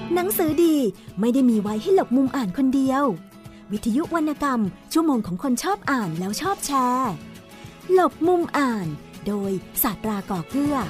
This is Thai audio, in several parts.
หนังสือดีไม่ได้มีไว้ให้หลบมุมอ่านคนเดียววิทยุวรรณกรรมชั่วโมงของคนชอบอ่านแล้วชอบแชร์หลบมุมอ่านโดยศาสตราก่อเกื้อ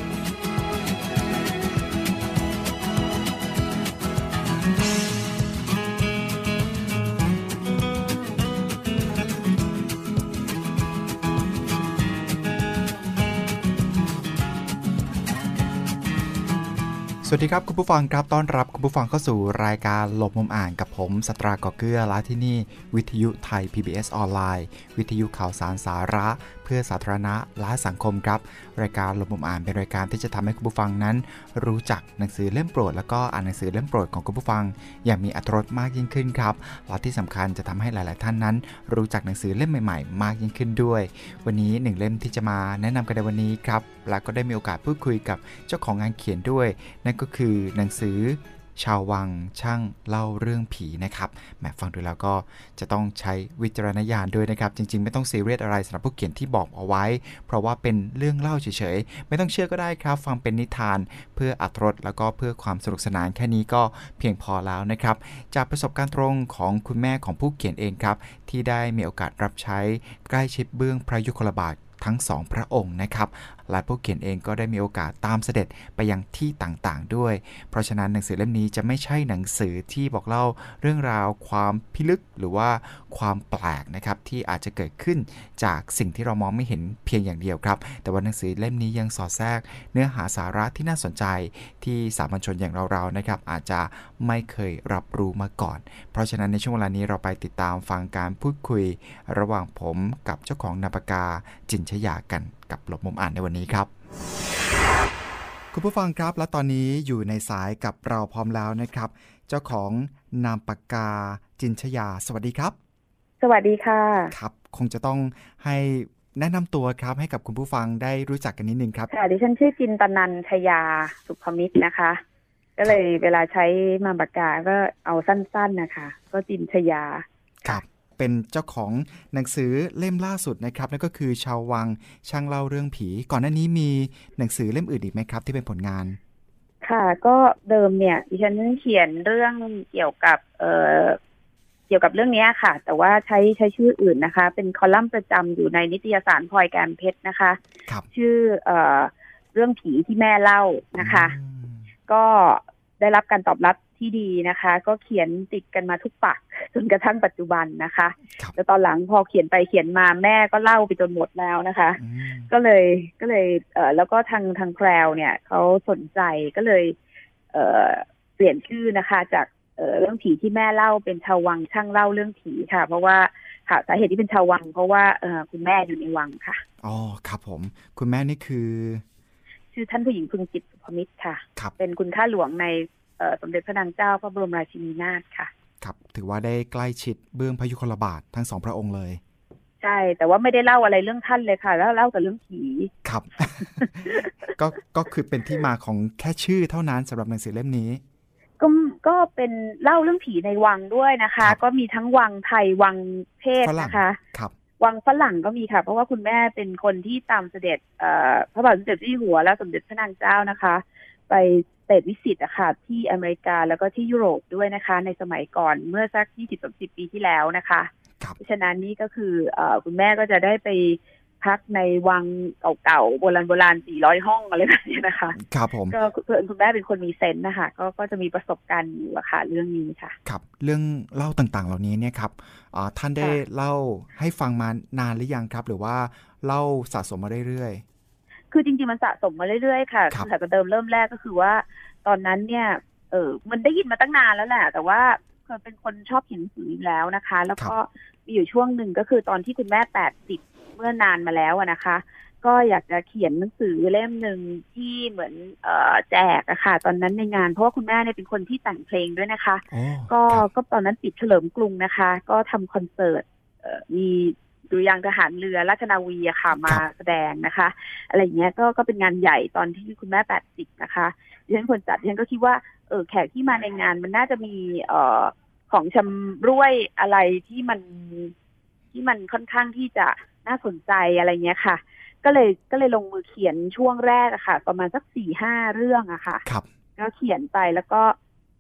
สวัสดีครับคุณผู้ฟังครับต้อนรับคุณผู้ฟังเข้าสู่รายการหลบมุมอ่านกับผมศาสตราก่อเกื้อและที่นี่วิทยุไทย PBS ออนไลน์วิทยุข่าวสารสาระเพื่อสาธารณะและสังคมครับรายการหลบมุมอ่านเป็นรายการที่จะทำให้คุณผู้ฟังนั้นรู้จักหนังสือเล่มโปรดแล้วก็อ่านหนังสือเล่มโปรดของคุณผู้ฟังอย่างมีอรรถรสมากยิ่งขึ้นครับและที่สำคัญจะทำให้หลายๆท่านนั้นรู้จักหนังสือเล่มใหม่ๆมากยิ่งขึ้นด้วยวันนี้1เล่มที่จะมาแนะนำกันในวันนี้ครับและก็ได้มีโอกาสพูดคุยกับเจ้าของงานเขียนด้วยนั่นก็คือหนังสือชาววังช่างเล่าเรื่องผีนะครับแหมฟังดูแล้วก็จะต้องใช้วิจารณญาณด้วยนะครับจริงๆไม่ต้องซีเรียสอะไรสำหรับผู้เขียนที่บอกเอาไว้เพราะว่าเป็นเรื่องเล่าเฉยๆไม่ต้องเชื่อก็ได้ครับฟังเป็นนิทานเพื่ออรรถรสแล้วก็เพื่อความสนุกสนานแค่นี้ก็เพียงพอแล้วนะครับจากประสบการณ์ตรงของคุณแม่ของผู้เขียนเองครับที่ได้มีโอกาสรับใช้ใกล้ชิดเบื้องพระยุคลบาททั้งสองพระองค์นะครับและผู้เขียนเองก็ได้มีโอกาสตามเสด็จไปยังที่ต่างๆด้วยเพราะฉะนั้นหนังสือเล่มนี้จะไม่ใช่หนังสือที่บอกเล่าเรื่องราวความพิลึกหรือว่าความแปลกนะครับที่อาจจะเกิดขึ้นจากสิ่งที่เรามองไม่เห็นเพียงอย่างเดียวครับแต่ว่าหนังสือเล่มนี้ยังสอดแทรกเนื้อหาสาระที่น่าสนใจที่สามัญชนอย่างเราๆนะครับอาจจะไม่เคยรับรู้มาก่อนเพราะฉะนั้นในช่วงเวลานี้เราไปติดตามฟังการพูดคุยระหว่างผมกับเจ้าของนามปากกาจินชยากันกับหลบมุมอ่านในวันนี้ครับคุณผู้ฟังครับและตอนนี้อยู่ในสายกับเราพร้อมแล้วนะครับเจ้าของนามปากกาจินชยาสวัสดีครับสวัสดีค่ะครับคงจะต้องให้แนะนำตัวครับให้กับคุณผู้ฟังได้รู้จักกันนิดนึงครับค่ะดิฉันชื่อจินตนันชยาสุภมิตรนะคะก็เลยเวลาใช้นามปากกาก็เอาสั้นๆนะคะก็จินชยาครับเป็นเจ้าของหนังสือเล่มล่าสุดนะครับนั่นก็คือชาววังช่างเล่าเรื่องผีก่อนหน้านี้มีหนังสือเล่มอื่นอีกไหมครับที่เป็นผลงานค่ะก็เดิมเนี่ยดิฉันเขียนเรื่องเกี่ยวกับเรื่องนี้ค่ะแต่ว่าใช้ชื่ออื่นนะคะเป็นคอลัมน์ประจำอยู่ในนิตยสารพลอยแก้มเพชรนะคะชื่อเรื่องผีที่แม่เล่านะคะก็ได้รับการตอบรับที่ดีนะคะก็เขียนติดกันมาทุกปักจนกระทั่งปัจจุบันนะคะแล้วตอนหลังพอเขียนไปเขียนมาแม่ก็เล่าไปจนหมดแล้วนะคะก็เลยแล้วก็ทางแพรวเนี่ยเขาสนใจก็เลยเปลี่ยนชื่อนะคะจากเรื่องผีที่แม่เล่าเป็นชาววังช่างเล่าเรื่องผีค่ะเพราะว่าค่ะสาเหตุที่เป็นชาววังเพราะว่าคุณแม่อยู่ในวังค่ะอ๋อครับผมคุณแม่นี่คือชื่อท่านผู้หญิงพึงจิตสุภมิตรค่ะเป็นคุณข้าหลวงในสมเด็จพระนางเจ้าพระบรมราชินีนาถค่ะครับถือว่าได้ใกล้ชิดเบื้องพระยุคลบาททั้งสองพระองค์เลยใช่แต่ว่าไม่ได้เล่าอะไรเรื่องท่านเลยค่ะแล้วเล่าแต่เรื่องผีครับ ก็คือเป็นที่มาของแค่ชื่อเท่านั้นสำหรับหนังสือเล่มนี้ก็เป็นเล่าเรื่องผีในวังด้วยนะคะก็มีทั้งวังไทยวังเทศนะคะวังฝรั่งก็มีค่ะเพราะว่าคุณแม่เป็นคนที่ตามเสด็จพระบาทสมเด็จพระเจ้าอยู่หัวและสมเด็จพระนางเจ้านะคะไปเตะวิสิตอะค่ะที่อเมริกาแล้วก็ที่ยุโรปด้วยนะคะในสมัยก่อนเมื่อสัก 20-30 ปีที่แล้วนะคะเพราะฉะนั้นนี่ก็คือคุณแม่ก็จะได้ไปพักในวังเก่าๆโบราณ400ห้องอะไรแบบนี้นะคะครับผมก็คุณแม่เป็นคนมีเซนส์นะคะก็จะมีประสบการณ์อยู่ค่ะเรื่องนี้ค่ะครับเรื่องเล่าต่างๆเหล่านี้เนี่ยครับท่านได้เล่าให้ฟังมานานหรือยังครับหรือว่าเล่าสะสมมาเรื่อยๆคือจริงๆมันสะสมมาเรื่อยๆค่ะตั้งแต่เดิมเริ่มแรกก็คือว่าตอนนั้นเนี่ยมันได้ยินมาตั้งนานแล้วแหละแต่ว่าเคยเป็นคนชอบเขียนหนังสืออยู่แล้วนะคะแล้วก็มีอยู่ช่วงหนึ่งก็คือตอนที่คุณแม่80เมื่อนานมาแล้วนะคะก็อยากจะเขียนหนังสือเล่มหนึ่งที่เหมือนแจกอะค่ะตอนนั้นในงานเพราะว่าคุณแม่เนี่ยเป็นคนที่แต่งเพลงด้วยนะคะก็ตอนนั้นติดเฉลิมกรุงนะคะก็ทำคอนเสิร์ตมีดุริยางค์ทหารเรือราชนาวีอะค่ะมาแสดงนะคะอะไรอย่างเงี้ยก็เป็นงานใหญ่ตอนที่คุณแม่80นะคะดิฉันคนจัดดิฉันก็คิดว่าแขกที่มาในงานมันน่าจะมีของชำร่วยอะไรที่มันค่อนข้างที่จะน่าสนใจอะไรเงี้ยค่ะก็เลยลงมือเขียนช่วงแรกอะค่ะประมาณสัก 4-5 เรื่องอะค่ะก็เขียนไปแล้วก็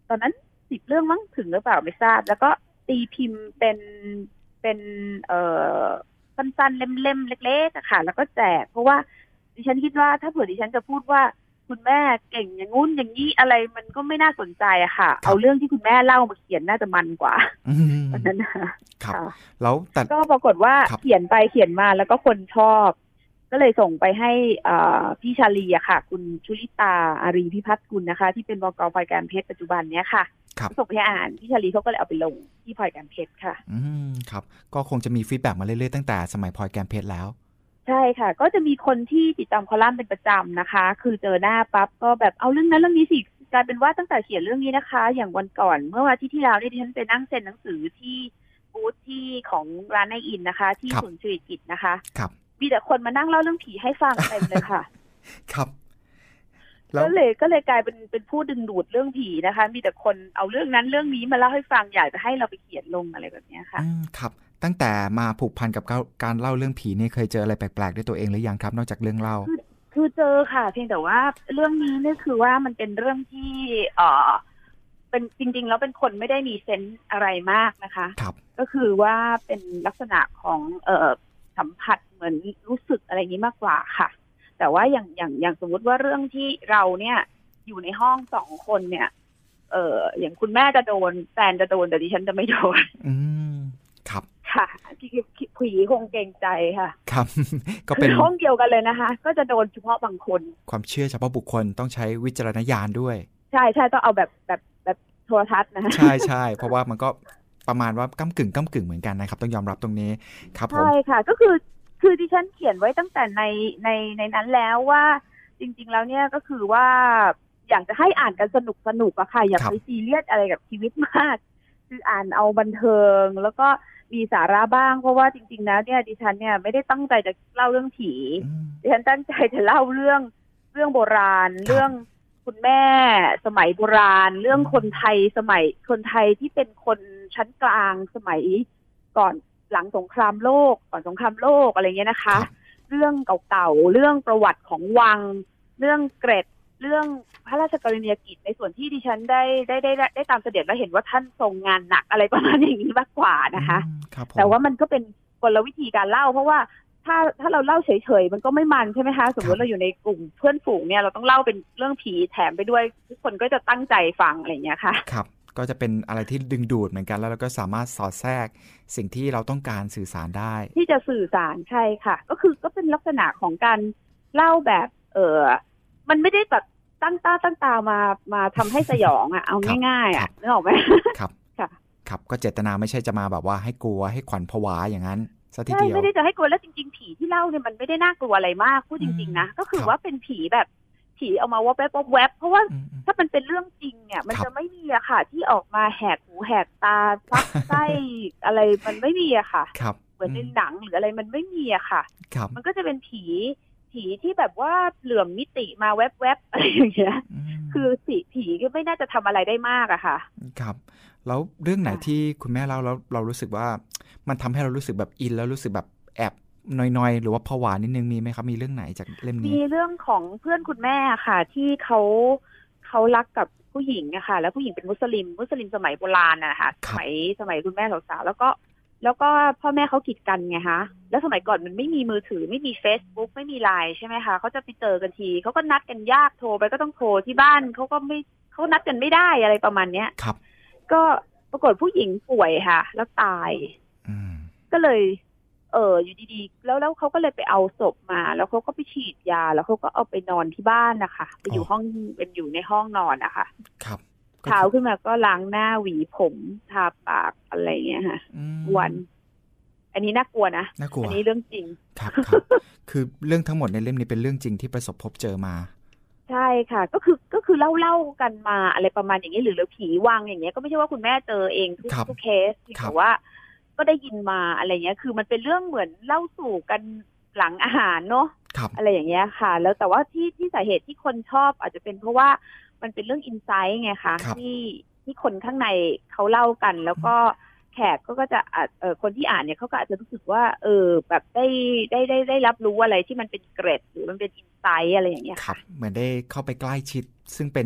ตอนนั้น10 เรื่องมั้งถึงหรือเปล่าไม่ทราบแล้วก็ตีพิมพ์เป็นสั้นๆเล่มๆเล็กๆอะค่ะแล้วก็แจกเพราะว่าดิฉันคิดว่าถ้าเผื่อดิฉันจะพูดว่าคุณแม่เก่งอย่างงู้นอย่างนี้อะไรมันก็ไม่น่าสนใจอะค่ะเอาเรื่องที่คุณแม่เล่ามาเขียนน่าจะมันกว่าตอนนั้นครับแล้วแต่ก็ปรากฏว่าเขียนไปเขียนมาแล้วก็คนชอบก็เลยส่งไปให้พี่ชาลีอะค่ะคุณชุลิตาอารีพิพัฒน์กุลนะคะที่เป็นบก.พลอยแก้มเพชรปัจจุบันเนี้ยค่ะส่งไปให้อ่านพี่ชาลีเขาก็เลยเอาไปลงที่พลอยแก้มเพชรค่ะครับก็คงจะมีฟีดแบ็กมาเรื่อยๆตั้งแต่สมัยพลอยแก้มเพชรแล้วใช่ค่ะก็จะมีคนที่ติดตามคอลัมน์เป็นประจำนะคะคือเจอหน้าปั๊บก็แบบเอาเรื่องนั้นเรื่องนี้สิกลายเป็นว่าตั้งแต่เขียนเรื่องนี้นะคะอย่างวันก่อนเมื่อวันที่แล้วที่ฉันไปนั่งเซ็นหนังสือที่บูธที่ของร้านนายอินนะคะที่ศูนย์เศรษฐกิจนะคะมีแต่คนมานั่งเล่าเรื่องผีให้ฟังเต็มเลยค่ะครับก็เลยกลายเป็นผู้ดึงดูดเรื่องผีนะคะมีแต่คนเอาเรื่องนั้นเรื่องนี้มาเล่าให้ฟังอยากจะให้เราไปเขียนลงอะไรแบบนี้ค่ะครับตั้งแต่มาผูกพันกับการเล่าเรื่องผีนี่เคยเจออะไรแปลกๆด้วยตัวเองหรือยังครับนอกจากเรื่องเล่าคือเจอค่ะเพียงแต่ว่าเรื่องนี้นี่คือว่ามันเป็นเรื่องที่เป็นจริงๆแล้วเป็นคนไม่ได้มีเซนส์อะไรมากนะคะก็คือว่าเป็นลักษณะของสัมผัสเหมือนรู้สึกอะไรนี้มากกว่าค่ะแต่ว่าอย่างสมมุติว่าเรื่องที่เราเนี่ยอยู่ในห้อง2 คนเนี่ยอย่างคุณแม่จะโดนแฟนจะโดนแต่ดิฉันจะไม่โดนครับค่ะผีคงเกรงใจค่ะครับก็เป็นห้องเดียวกันเลยนะคะก็จะโดนเฉพาะบางคนความเชื่อเฉพาะบุคคลต้องใช้วิจารณญาณด้วยใช่ต้องเอาแบบโทรทัศน์นะใช่เพราะว่ามันก็ประมาณว่าก้ำกึ่งเหมือนกันนะครับต้องยอมรับตรงนี้ครับผมใช่ค่ะก็คือดิฉันเขียนไว้ตั้งแต่ในนั้นแล้วว่าจริงๆแล้วเนี่ยก็คือว่าอยากจะให้อ่านกันสนุกอะค่ะอย่าไปซีเรียสอะไรกับชีวิตมากคืออ่านเอาบันเทิงแล้วก็มีสาระบ้างเพราะว่าจริงๆนะเนี่ยดิฉันเนี่ยไม่ได้ตั้งใจจะเล่าเรื่องผีดิฉันตั้งใจจะเล่าเรื่องโบราณเรื่องคุณแม่สมัยโบราณเรื่องคนไทยสมัยคนไทยที่เป็นคนชั้นกลางสมัยก่อนหลังสงครามโลกก่อนสงครามโลกอะไรเงี้ยนะคะเรื่องเก่าๆเรื่องประวัติของวังเรื่องเกร็ดเรื่องพระราชกรณียกิจในส่วนที่ดิฉันได้ตามเสด็จและเห็นว่าท่านทรงงานหนักอะไรประมาณอย่างนี้มากกว่านะคะแต่ว่ามันก็เป็นกลวิธีการเล่าเพราะว่าถ้าเราเล่าเฉยๆมันก็ไม่มันใช่ไหมคะสมมติเราอยู่ในกลุ่มเพื่อนฝูงเนี่ยเราต้องเล่าเป็นเรื่องผีแถมไปด้วยทุกคนก็จะตั้งใจฟังอะไรอย่างเงี้ยค่ะครับก็จะเป็นอะไรที่ดึงดูดเหมือนกันแล้วเราก็สามารถสอดแทรกสิ่งที่เราต้องการสื่อสารได้ที่จะสื่อสารใช่ค่ะก็เป็นลักษณะของการเล่าแบบมันไม่ได้แบบตั้งตามาทำให้สยองอ่ะเอาง่ายๆอ่ะนึกออกไหมครับครับก็เจตนาไม่ใช่จะมาแบบว่าให้กลัวให้ขวัญผวาอย่างนั้นซะทีเดียวไม่ได้จะให้กลัวแล้วจริงๆผีที่เล่าเนี่ยมันไม่ได้น่ากลัวอะไรมากพูดจริงๆนะก็คือว่าเป็นผีแบบผีเอามาว่าแวบเพราะว่าถ้ามันเป็นเรื่องจริงเนี่ยมันจะไม่มีอะค่ะที่ออกมาแหกหูแหกตาฟักไส้อะไรมันไม่มีอะค่ะเหมือนในหนังหรืออะไรมันไม่มีอะค่ะมันก็จะเป็นผีที่แบบว่าเหลื่อมมิติมาแวบอะไรอย่างเงี้ยคือผีก็ไม่น่าจะทำอะไรได้มากอะค่ะครับแล้วเรื่องไหนที่คุณแม่เล่าแล้วเรารู้สึกว่ามันทำให้เรารู้สึกแบบอินแล้วรู้สึกแบบแอบนอยๆหรือว่าผวานิดนึงมีไหมครับมีเรื่องไหนจากเล่มนี้มีเรื่องของเพื่อนคุณแม่ค่ะที่เขารักกับผู้หญิงอะค่ะแล้วผู้หญิงเป็นมุสลิมสมัยโบราณนะคะสมัยคุณแม่สาวๆแล้วก็พ่อแม่เขากีดกันไงคะแล้วสมัยก่อนมันไม่มีมือถือไม่มี Facebook ไม่มี LINE ใช่ไหมคะเขาจะไปเจอกันทีเขาก็นัดกันยากโทรไปก็ต้องโทรที่บ้านเขานัดกันไม่ได้อะไรประมาณเนี้ยครับก็ปรากฏผู้หญิงป่วยค่ะแล้วตายก็เลยอยู่ดีๆแล้วเขาก็เลยไปเอาศพมาแล้วเขาก็ไปฉีดยาแล้วเขาก็เอาไปนอนที่บ้านนะคะไปอยู่ในห้องนอนนะคะครับเช้าขึ้นมาก็ล้างหน้าหวีผมทาปากอะไรเงี้ยค่ะวันอันนี้น่ากลัวนะอันนี้เรื่องจริงครับคือเรื่องทั้งหมดในเล่มนี้เป็นเรื่องจริงที่ประสบพบเจอมาใช่ค่ะก็คือเล่ากันมาอะไรประมาณอย่างนี้หรือผีวังอย่างเงี้ยก็ไม่ใช่ว่าคุณแม่เจอเองทุกเคสแต่ว่าก็ได้ยินมาอะไรเงี้ยคือมันเป็นเรื่องเหมือนเล่าสู่กันหลังอาหารเนาะอะไรอย่างเงี้ยค่ะแล้วแต่ว่าที่สาเหตุที่คนชอบอาจจะเป็นเพราะว่ามันเป็นเรื่องอินไซต์ไงคะที่คนข้างในเขาเล่ากันแล้วก็แขกก็จะคนที่อ่านเนี่ยเขาก็อาจจะรู้สึกว่าแบบได้รับรู้อะไรที่มันเป็นเกร็ดหรือมันเป็นอินไซต์อะไรอย่างเงี้ยค่ะเหมือนได้เข้าไปใกล้ชิดซึ่งเป็น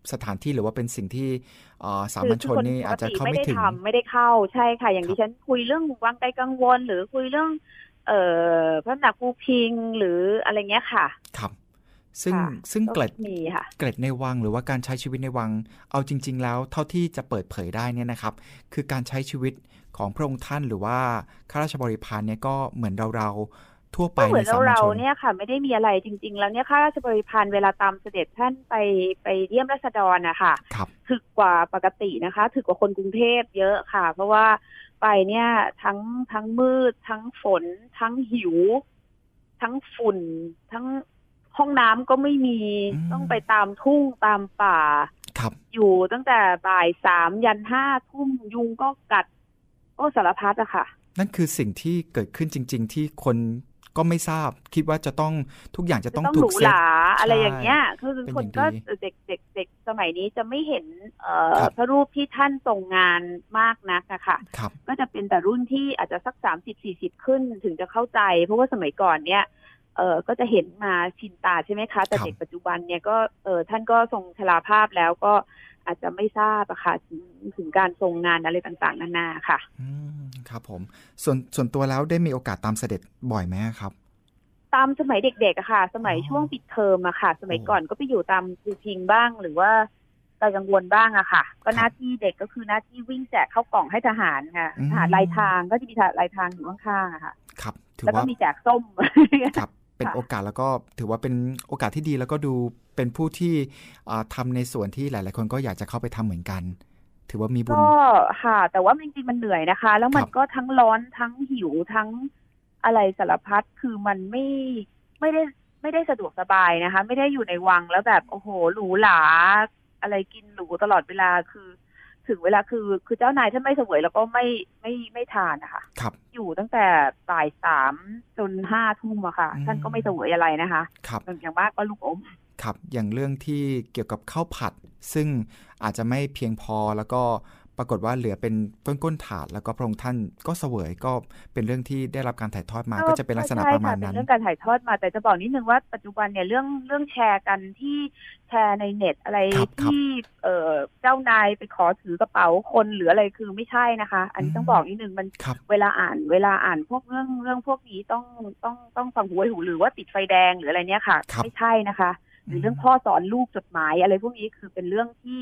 สถานที่หรือว่าเป็นสิ่งที่สามัญชนนี่อาจจะเข้าไม่ถึงไม่ได้เข้าใช่ค่ะอย่างที่ฉันคุยเรื่องวังไกลกังวลหรือคุยเรื่องพระตำหนักภูพิงหรืออะไรเงี้ยค่ะครับซึ่งเกร็ดในวังหรือว่าการใช้ชีวิตในวังเอาจริงๆแล้วเท่าที่จะเปิดเผยได้เนี่ยนะครับคือการใช้ชีวิตของพระองค์ท่านหรือว่าข้าราชบริพารเนี่ยก็เหมือนเราทั่วไปในสามัญชนเนี่ยค่ะไม่ได้มีอะไรจริงๆแล้วเนี่ยข้าราชบริพารเวลาตามเสด็จท่านไปเยี่ยมราษฎรนะคะถึกกว่าปกตินะคะถึกกว่าคนกรุงเทพเยอะค่ะเพราะว่าไปเนี่ยทั้งมืดทั้งฝนทั้งหิวทั้งฝุ่นทั้งห้องน้ำก็ไม่มีต้องไปตามทุ่งตามป่าอยู่ตั้งแต่บ่าย 3 ยัน 5 ทุ่มยุงก็กัดสารพัดอะค่ะนั่นคือสิ่งที่เกิดขึ้นจริงๆที่คนก็ไม่ทราบคิดว่าจะต้องทุกอย่างจะต้องถูกเซตอะไรอย่างเงี้ยคือคนก็เด็กสมัยนี้จะไม่เห็นพระรูปที่ท่านทรงงานมากนักนะคะก็จะเป็นแต่รุ่นที่อาจจะสัก30-40ขึ้นถึงจะเข้าใจเพราะว่าสมัยก่อนเนี่ยก็จะเห็นมาชินตาใช่ไหมคะแต่เด็กปัจจุบันเนี่ยก็ท่านก็ทรงชราภาพแล้วก็อาจจะไม่ทราบอะค่ะถึงการทรงงานอะไรต่างๆนานาค่ะครับผมส่วนตัวแล้วได้มีโอกาสตามเสด็จบ่อยไหมครับตามสมัยเด็กๆอะค่ะสมัยช่วงปิดเทอมอะค่ะสมัยก่อนก็ไปอยู่ตามภูพิงบ้างหรือว่าไกลกังวลบ้างอะค่ะก็หน้าที่เด็กก็คือหน้าที่วิ่งแจกข้าวกล่องให้ทหารค่ะทหารลายทางก็จะมีทหารลายทางอยู่ข้างๆอะค่ะครับแล้วก็มีแจกส้มครับเป็นโอกาสแล้วก็ถือว่าเป็นโอกาสที่ดีแล้วก็ดูเป็นผู้ที่ทำในส่วนที่หลายๆคนก็อยากจะเข้าไปทำเหมือนกันถือว่ามีบุญก็ค่ะแต่ว่าจริงๆมันเหนื่อยนะคะแล้วมันก็ทั้งร้อนทั้งหิวทั้งอะไรสารพัดคือมันไม่ได้สะดวกสบายนะคะไม่ได้อยู่ในวังแล้วแบบโอ้โหหรูหราอะไรกินหรูตลอดเวลาคือถึงเวลาคือเจ้านายท่านไม่เสวยแล้วก็ไม่ทานนะคะอยู่ตั้งแต่บ่าย 3 จน 5 ทุ่มอะค่ะท่านก็ไม่เสวยอะไรนะคะอย่างมากก็ลูกอมครับอย่างเรื่องที่เกี่ยวกับข้าวผัดซึ่งอาจจะไม่เพียงพอแล้วก็ปรากฏว่าเหลือเป็นก้นถาดแล้วก็พระองค์ท่านก็เสวยก็เป็นเรื่องที่ได้รับการถ่ายทอดมาก็จะเป็นลักษณะประมาณนั้นเป็นเรื่องการถ่ายทอดมาแต่จะบอกนิดนึงว่าปัจจุบันเนี่ยเรื่องแชร์กันที่แชร์ในเน็ตอะไรที่เจ้านายไปขอถือกระเป๋าคนหรืออะไรคือไม่ใช่นะคะอันนี้ต้องบอกนิดนึงมันเวลาอ่านพวกเรื่องพวกนี้ต้องฟังหูไว้หูหรือว่าติดไฟแดงหรืออะไรเนี้ยค่ะไม่ใช่นะคะหรือเรื่องพ่อสอนลูกจดหมายอะไรพวกนี้คือเป็นเรื่องที่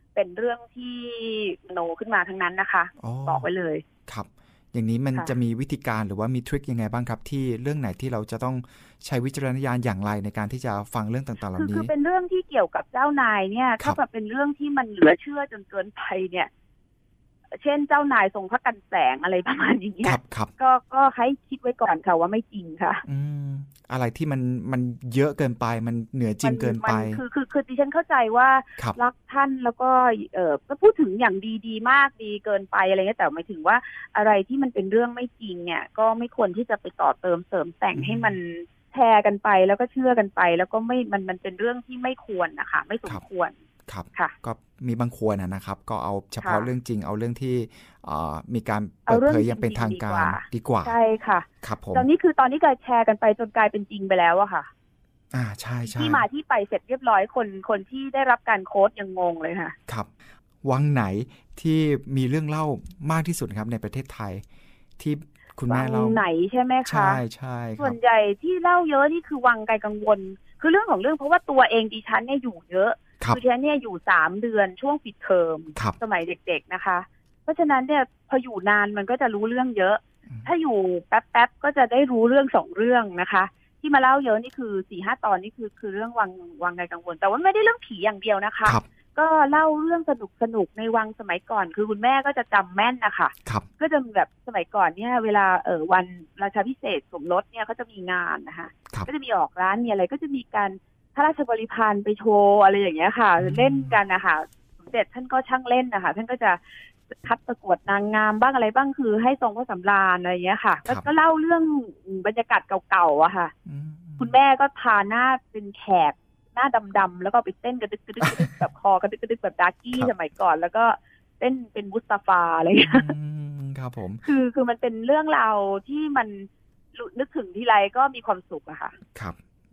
โนขึ้นมาทั้งนั้นนะคะบอกไว้เลยครับอย่างนี้มันจะมีวิธีการหรือว่ามีทริคยังไงบ้างครับที่เรื่องไหนที่เราจะต้องใช้วิจารณญาณอย่างไรในการที่จะฟังเรื่องต่างๆเหล่านี้คือเป็นเรื่องที่เกี่ยวกับเจ้านายเนี่ยถ้าแบบเป็นเรื่องที่มันเหลือเชื่อจนเกินไปเนี่ยเช่นเจ้านายทรงพระกันแสงอะไรประมาณอย่างเงี้ยก็ให้คิดไว้ก่อนค่ะว่าไม่จริงค่ะอะไรที่มันเยอะเกินไปมันเหนือจริงเกินไปคือดิฉันเข้าใจว่ารักท่านแล้วก็ก็พูดถึงอย่างดีมากดีเกินไปอะไรเงี้ยแต่หมายถึงว่าอะไรที่มันเป็นเรื่องไม่จริงเนี่ยก็ไม่ควรที่จะไปต่อเติมเสริมแต่งให้มันแชร์กันไปแล้วก็เชื่อกันไปแล้วก็ไม่มันเป็นเรื่องที่ไม่ควรนะคะไม่สมควรครับก็มีบางควรนะครับก็เอาเฉพาะเรื่องจริงเอาเรื่องที่มีการเปิดเผยอย่างเป็นทางการดีกว่าใช่ค่ะครับผมตอนนี้ก็แชร์กันไปจนกลายเป็นจริงไปแล้วอะค่ะใช่ที่มาที่ไปเสร็จเรียบร้อยคนที่ได้รับการโค้ดยังงงเลยค่ะครับวังไหนที่มีเรื่องเล่ามากที่สุดครับในประเทศไทยที่คุณแม่เล่าไหนใช่ไหมคะใช่ส่วนใหญ่ที่เล่าเยอะนี่คือวังไกลกังวลคือเรื่องของเรื่องเพราะว่าตัวเองดิฉันเนี่ยอยู่เยอะคือดิฉันเนี่ยอยู่3 เดือนช่วงปิดเทอมสมัยเด็กๆนะคะเพราะฉะนั้นเนี่ยพออยู่นานมันก็จะรู้เรื่องเยอะถ้าอยู่แป๊บๆก็จะได้รู้เรื่อง2 เรื่องนะคะที่มาเล่าเยอะนี่คือ 4-5 ตอนนี่คือเรื่องวังไกลกังวลแต่ว่าไม่ได้เรื่องผีอย่างเดียวนะคะก็เล่าเรื่องสนุกในวังสมัยก่อนคือคุณแม่ก็จะจำแม่นนะคะก็จะแบบสมัยก่อนเนี่ยเวลาวันราชาภิเษกสมรสเนี่ยเขาจะมีงานนะคะก็จะมีออกร้านมีอะไรก็จะมีการข้าราชบริพารไปโชว์อะไรอย่างเงี้ยค่ะเล่นกันนะคะสมเด็จท่านก็ช่างเล่นนะคะท่านก็จะคัดประกวดนางงามบ้างอะไรบ้างคือให้ทรงพระสำราญอะไรอย่างเงี้ยค่ะก็เล่าเรื่องบรรยากาศเก่าๆอะค่ะคุณแม่ก็ทาหน้าเป็นแขกหน้าดำๆแล้วก็ไปเต้นกระดึกแบบคอกระดึกแบบดาร์กี้สมัยก่อนแล้วก็เต้นเป็นมุสตาฟาอะไรอย่างเงี้ยครับผมคือมันเป็นเรื่องราวที่มันนึกถึงทีไรก็มีความสุขอะค่ะครับ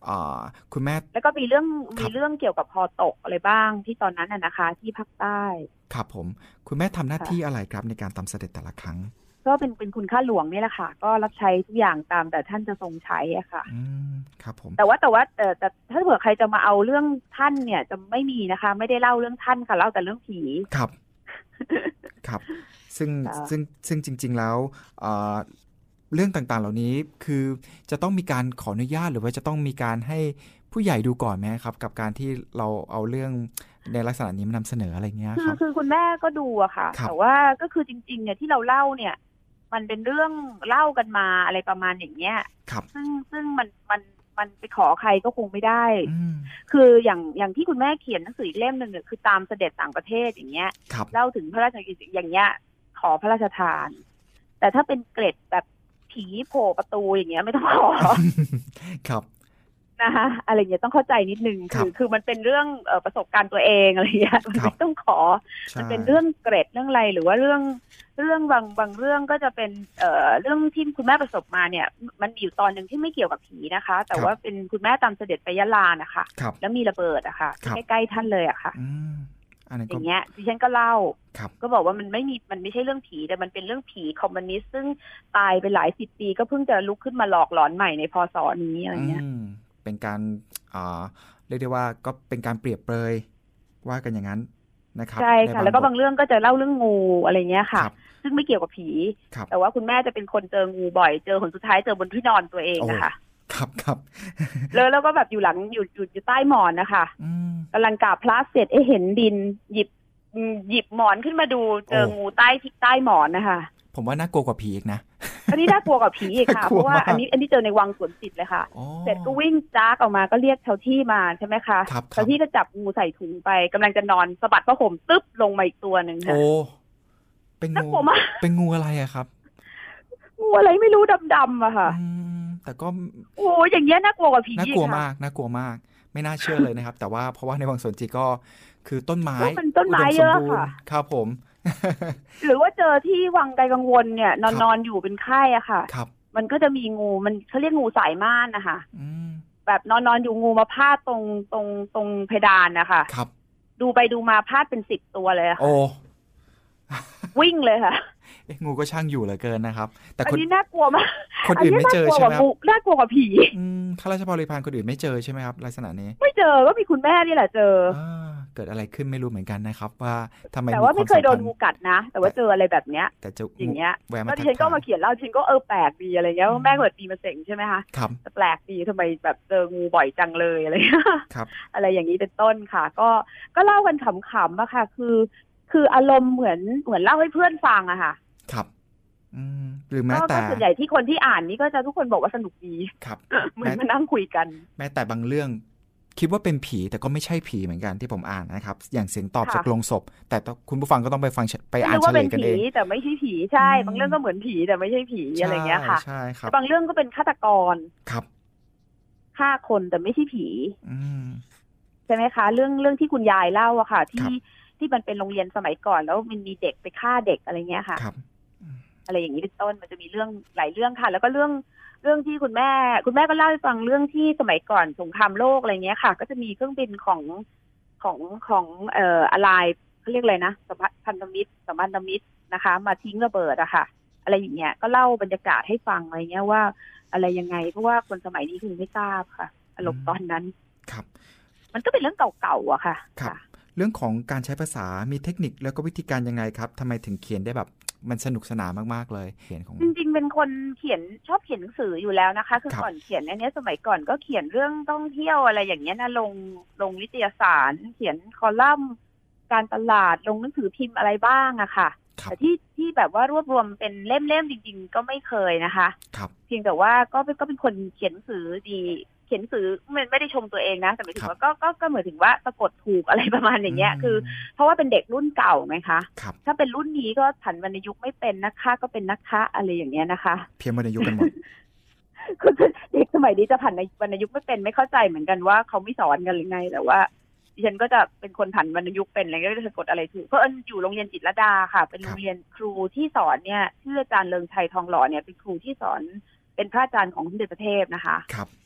คุณแม่แล้วก็มีเรื่องเกี่ยวกับพอตกอะไรบ้างที่ตอนนั้นนะคะที่ภาคใต้ครับผมคุณแม่ทำหน้าที่อะไรครับในการตามเสด็จแต่ละครั้งก็เป็นคุณข้าหลวงนี่แหละค่ะก็รับใช้ทุกอย่างตามแต่ท่านจะทรงใช้อะค่ะครับผมแต่ถ้าเผื่อใครจะมาเอาเรื่องท่านเนี่ยจะไม่มีนะคะไม่ได้เล่าเรื่องท่านค่ะเล่าแต่เรื่องผีครับครับซึ่งจริงๆแล้วเรื่องต่างๆเหล่านี้คือจะต้องมีการขออนุญาตหรือว่าจะต้องมีการให้ผู้ใหญ่ดูก่อนไหมครับกับการที่เราเอาเรื่องในลักษณะนี้มานำเสนออะไรเงี้ยครับคือคุณแม่ก็ดูอะค่ะแต่ว่าก็คือจริงๆเนี่ยที่เราเล่าเนี่ยมันเป็นเรื่องเล่ากันมาอะไรประมาณอย่างเงี้ยซึ่งมันไปขอใครก็คงไม่ได้คืออย่างที่คุณแม่เขียนหนังสืออีกเล่มนึงเนี่ยคือตามเสด็จต่างประเทศอย่างเงี้ยเล่าถึงพระราชกิจอย่างเงี้ยขอพระราชทานแต่ถ้าเป็นเกร็ดแบบผีโผล่ประตูอย่างเงี้ยไม่ต้องขอครับนะคะอะไรอย่างเงี้ยต้องเข้าใจนิดนึงคือมันเป็นเรื่องประสบการณ์ตัวเองอะไรอย่างเงี้ยไม่ต้องขอมันเป็นเรื่องเกร็ดเรื่องอะไรหรือว่าเรื่องบางเรื่องก็จะเป็นเรื่องที่คุณแม่ประสบมาเนี่ยมันมีอยู่ตอนนึงที่ไม่เกี่ยวกับผีนะคะแต่ว่าเป็นคุณแม่ตามเสด็จไปยะลานะคะแล้วมีระเบิดอะค่ะใกล้ๆท่านเลยอะค่ะอย่างเงี้ยดิฉันก็เล่าก็บอกว่ามันไม่ใช่เรื่องผีแต่มันเป็นเรื่องผีคอมมิวนิสต์ซึ่งตายไปหลาย10 ปีก็เพิ่งจะลุกขึ้นมาหลอกหลอนใหม่ในพ.ศ.นี้อะไรเงี้ยเป็นการเรียกได้ว่าก็เป็นการเปรียบเปรยว่ากันอย่างนั้นนะครับใช่ค่ะแล้วก็บางเรื่องก็จะเล่าเรื่องงูอะไรเงี้ยค่ะซึ่งไม่เกี่ยวกับผีแต่ว่าคุณแม่จะเป็นคนเจองูบ่อยเจอคนสุดท้ายเจอบนที่นอนตัวเองนะคะครับแล้วก็แบบอยู่หลังอยู่ใต้หมอนนะคะกำลังกราบพระเสร็จเห็นดินหยิบหมอนขึ้นมาดูเจองูใต้หมอนนะคะผมว่าน่ากลัวกว่าผีอีกนะอันนี้น่ากลัวกว่าผีอีกค่ะเพราะว่าอันนี้เจอในวังสวนจิตเลยค่ะเสร็จก็วิ่งจ้ากออกมาก็เรียกเจ้าที่มาใช่ไหมคะเจ้าที่ก็จับงูใส่ถุงไปกำลังจะนอนสะบัดผ้าห่มตึ๊บลงมาอีกตัวนึงค่ะโอ้เป็นงูอะไรอะครับงูอะไรไม่รู้ดำๆอะค่ะแต่ก็โอ้อย่างเงี้ยน่ากลัวกว่าผีน่ากลัวมากไม่น่าเชื่อเลยนะครับแต่ว่าเพราะว่าในวังสวนจิตก็คือต้นไม้เยอะค่ะครับผมหรือว่าเจอที่วังไกลกังวลเนี่ยนอนอยู่เป็นไข้อะค่ะมันก็จะมีงูมันเขาเรียกงูสายม่านนะคะแบบนอนอยู่งูมาพาดตรงเพดานนะคะดูไปดูมาพาดเป็น10 ตัวเลยค่ะโอ้วิ่งเลยค่ะงูก็ช่างอยู่เหลือเกินนะครับแต่อันนี้น่ากลัวมากคนอื่นไม่เจอใช่ไหมน่ากลัวกว่าผีข้าราชบริพารคนอื่นไม่เจอใช่ไหมครับลักษณะนี้ไม่เจอก็มีคุณแม่นี่แหละเจอเกิดอะไรขึ้นไม่รู้เหมือนกันนะครับว่าทำไมแต่ว่าไม่เคยโดนงูกัดนะแต่ว่าเจออะไรแบบเนี้ยแต่อย่างเงี้ยแล้วดิฉันก็มาเขียนเล่าดิฉันก็แปลกดีอะไรเงี้ยแม่เกิดปีมะเสงใช่ไหมคะแปลกดีทำไมแบบเจองูบ่อยจังเลยอะไรอะไรอย่างนี้เป็นต้นค่ะก็เล่ากันขำๆอะค่ะคืออารมณ์เหมือนเล่าให้เพื่อนฟังอะค่ะครับหรือแม้แต่ส่วนใหญ่ที่คนที่อ่านนี่ก็จะทุกคนบอกว่าสนุกดีครับเหมือนมานั่งคุยกันแม้แต่บางเรื่องคิดว่าเป็นผีแต่ก็ไม่ใช่ผีเหมือนกันที่ผมอ่านนะครับอย่างเสียงตอบจากโรงศพแต่คุณผู้ฟังก็ต้องไปฟังไปอ่านเฉลยกันเองแต่ไม่ใช่ผีใช่บางเรื่องก็เหมือนผีแต่ไม่ใช่ผีอะไรเงี้ยค่ะใช่ครับบางเรื่องก็เป็นฆาตกรครับฆ่าคนแต่ไม่ใช่ผีใช่ไหมคะเรื่องที่คุณยายเล่าอะค่ะที่มันเป็นโรงเรียนสมัยก่อนแล้วมันมีเด็กไปฆ่าเด็กอะไรเงี้ยค่ะอะไรอย่างนี้เป็นต้นมันจะมีเรื่องหลายเรื่องค่ะแล้วก็เรื่องที่คุณแม่ก็เล่าให้ฟังเรื่องที่สมัยก่อนสงครามโลกอะไรเงี้ยค่ะก็จะมีเครื่องบินของอะไรเขาเรียกอะไรนะสัมพันธมิตรนะคะมาทิ้งระเบิดอะค่ะอะไรอย่างเงี้ยก็เล่าบรรยากาศให้ฟังอะไรเงี้ยว่าอะไรยังไงเพราะว่าคนสมัยนี้คงไม่ทราบค่ะอารมณ์ตอนนั้นครับมันก็เป็นเรื่องเก่าๆอะค่ะครับเรื่องของการใช้ภาษามีเทคนิคแล้วก็วิธีการยังไงครับทำไมถึงเขียนได้แบบมันสนุกสนานมากๆเลยเขียนของจริงๆเป็นคนชอบเขียนหนังสืออยู่แล้วนะคะคือก่อนเขียนอันนี้สมัยก่อนก็เขียนเรื่องท่องเที่ยวอะไรอย่างเงี้ยนะลงนิตยสารเขียนคอลัมน์การตลาดลงหนังสือพิมพ์อะไรบ้างอะค่ะแต่ที่แบบว่ารวบรวมเป็นเล่มๆจริงๆก็ไม่เคยนะคะเพียงแต่ว่าก็เป็นคนเขียนหนังสือดีเขียนหนังสือมันไม่ได้ชมตัวเองนะแต่หมายถึงว่าก็เหมือนถึงว่าสะกดถูกอะไรประมาณอย่างเงี้ยคือเพราะว่าเป็นเด็กรุ่นเก่าไงคะถ้าเป็นรุ่นนี้ก็ผันวรรณยุกต์ไม่เป็นนะคะก็เป็นนักคะอะไรอย่างเงี้ยนะคะเพี้ยนวรรณยุกต์กันหมดคือเด็กสมัยนี้จะผันในวรรณยุกต์ไม่เป็นไม่เข้าใจเหมือนกันว่าเขาไม่สอนกันหรือไงแต่ว่าดิฉันก็จะเป็นคนผันวรรณยุกต์เป็นอะไรก็จะสะกดอะไรถูกเพราะอยู่โรงเรียนจิตรลดาค่ะเป็นโรงเรียนครูที่สอนเนี่ยชื่ออาจารย์เลิงชัยทองหล่อเนี่ยเป็นครูที่สอนเป็นพระอาจารย์ของสมเด็จพระเทพนะคะครับ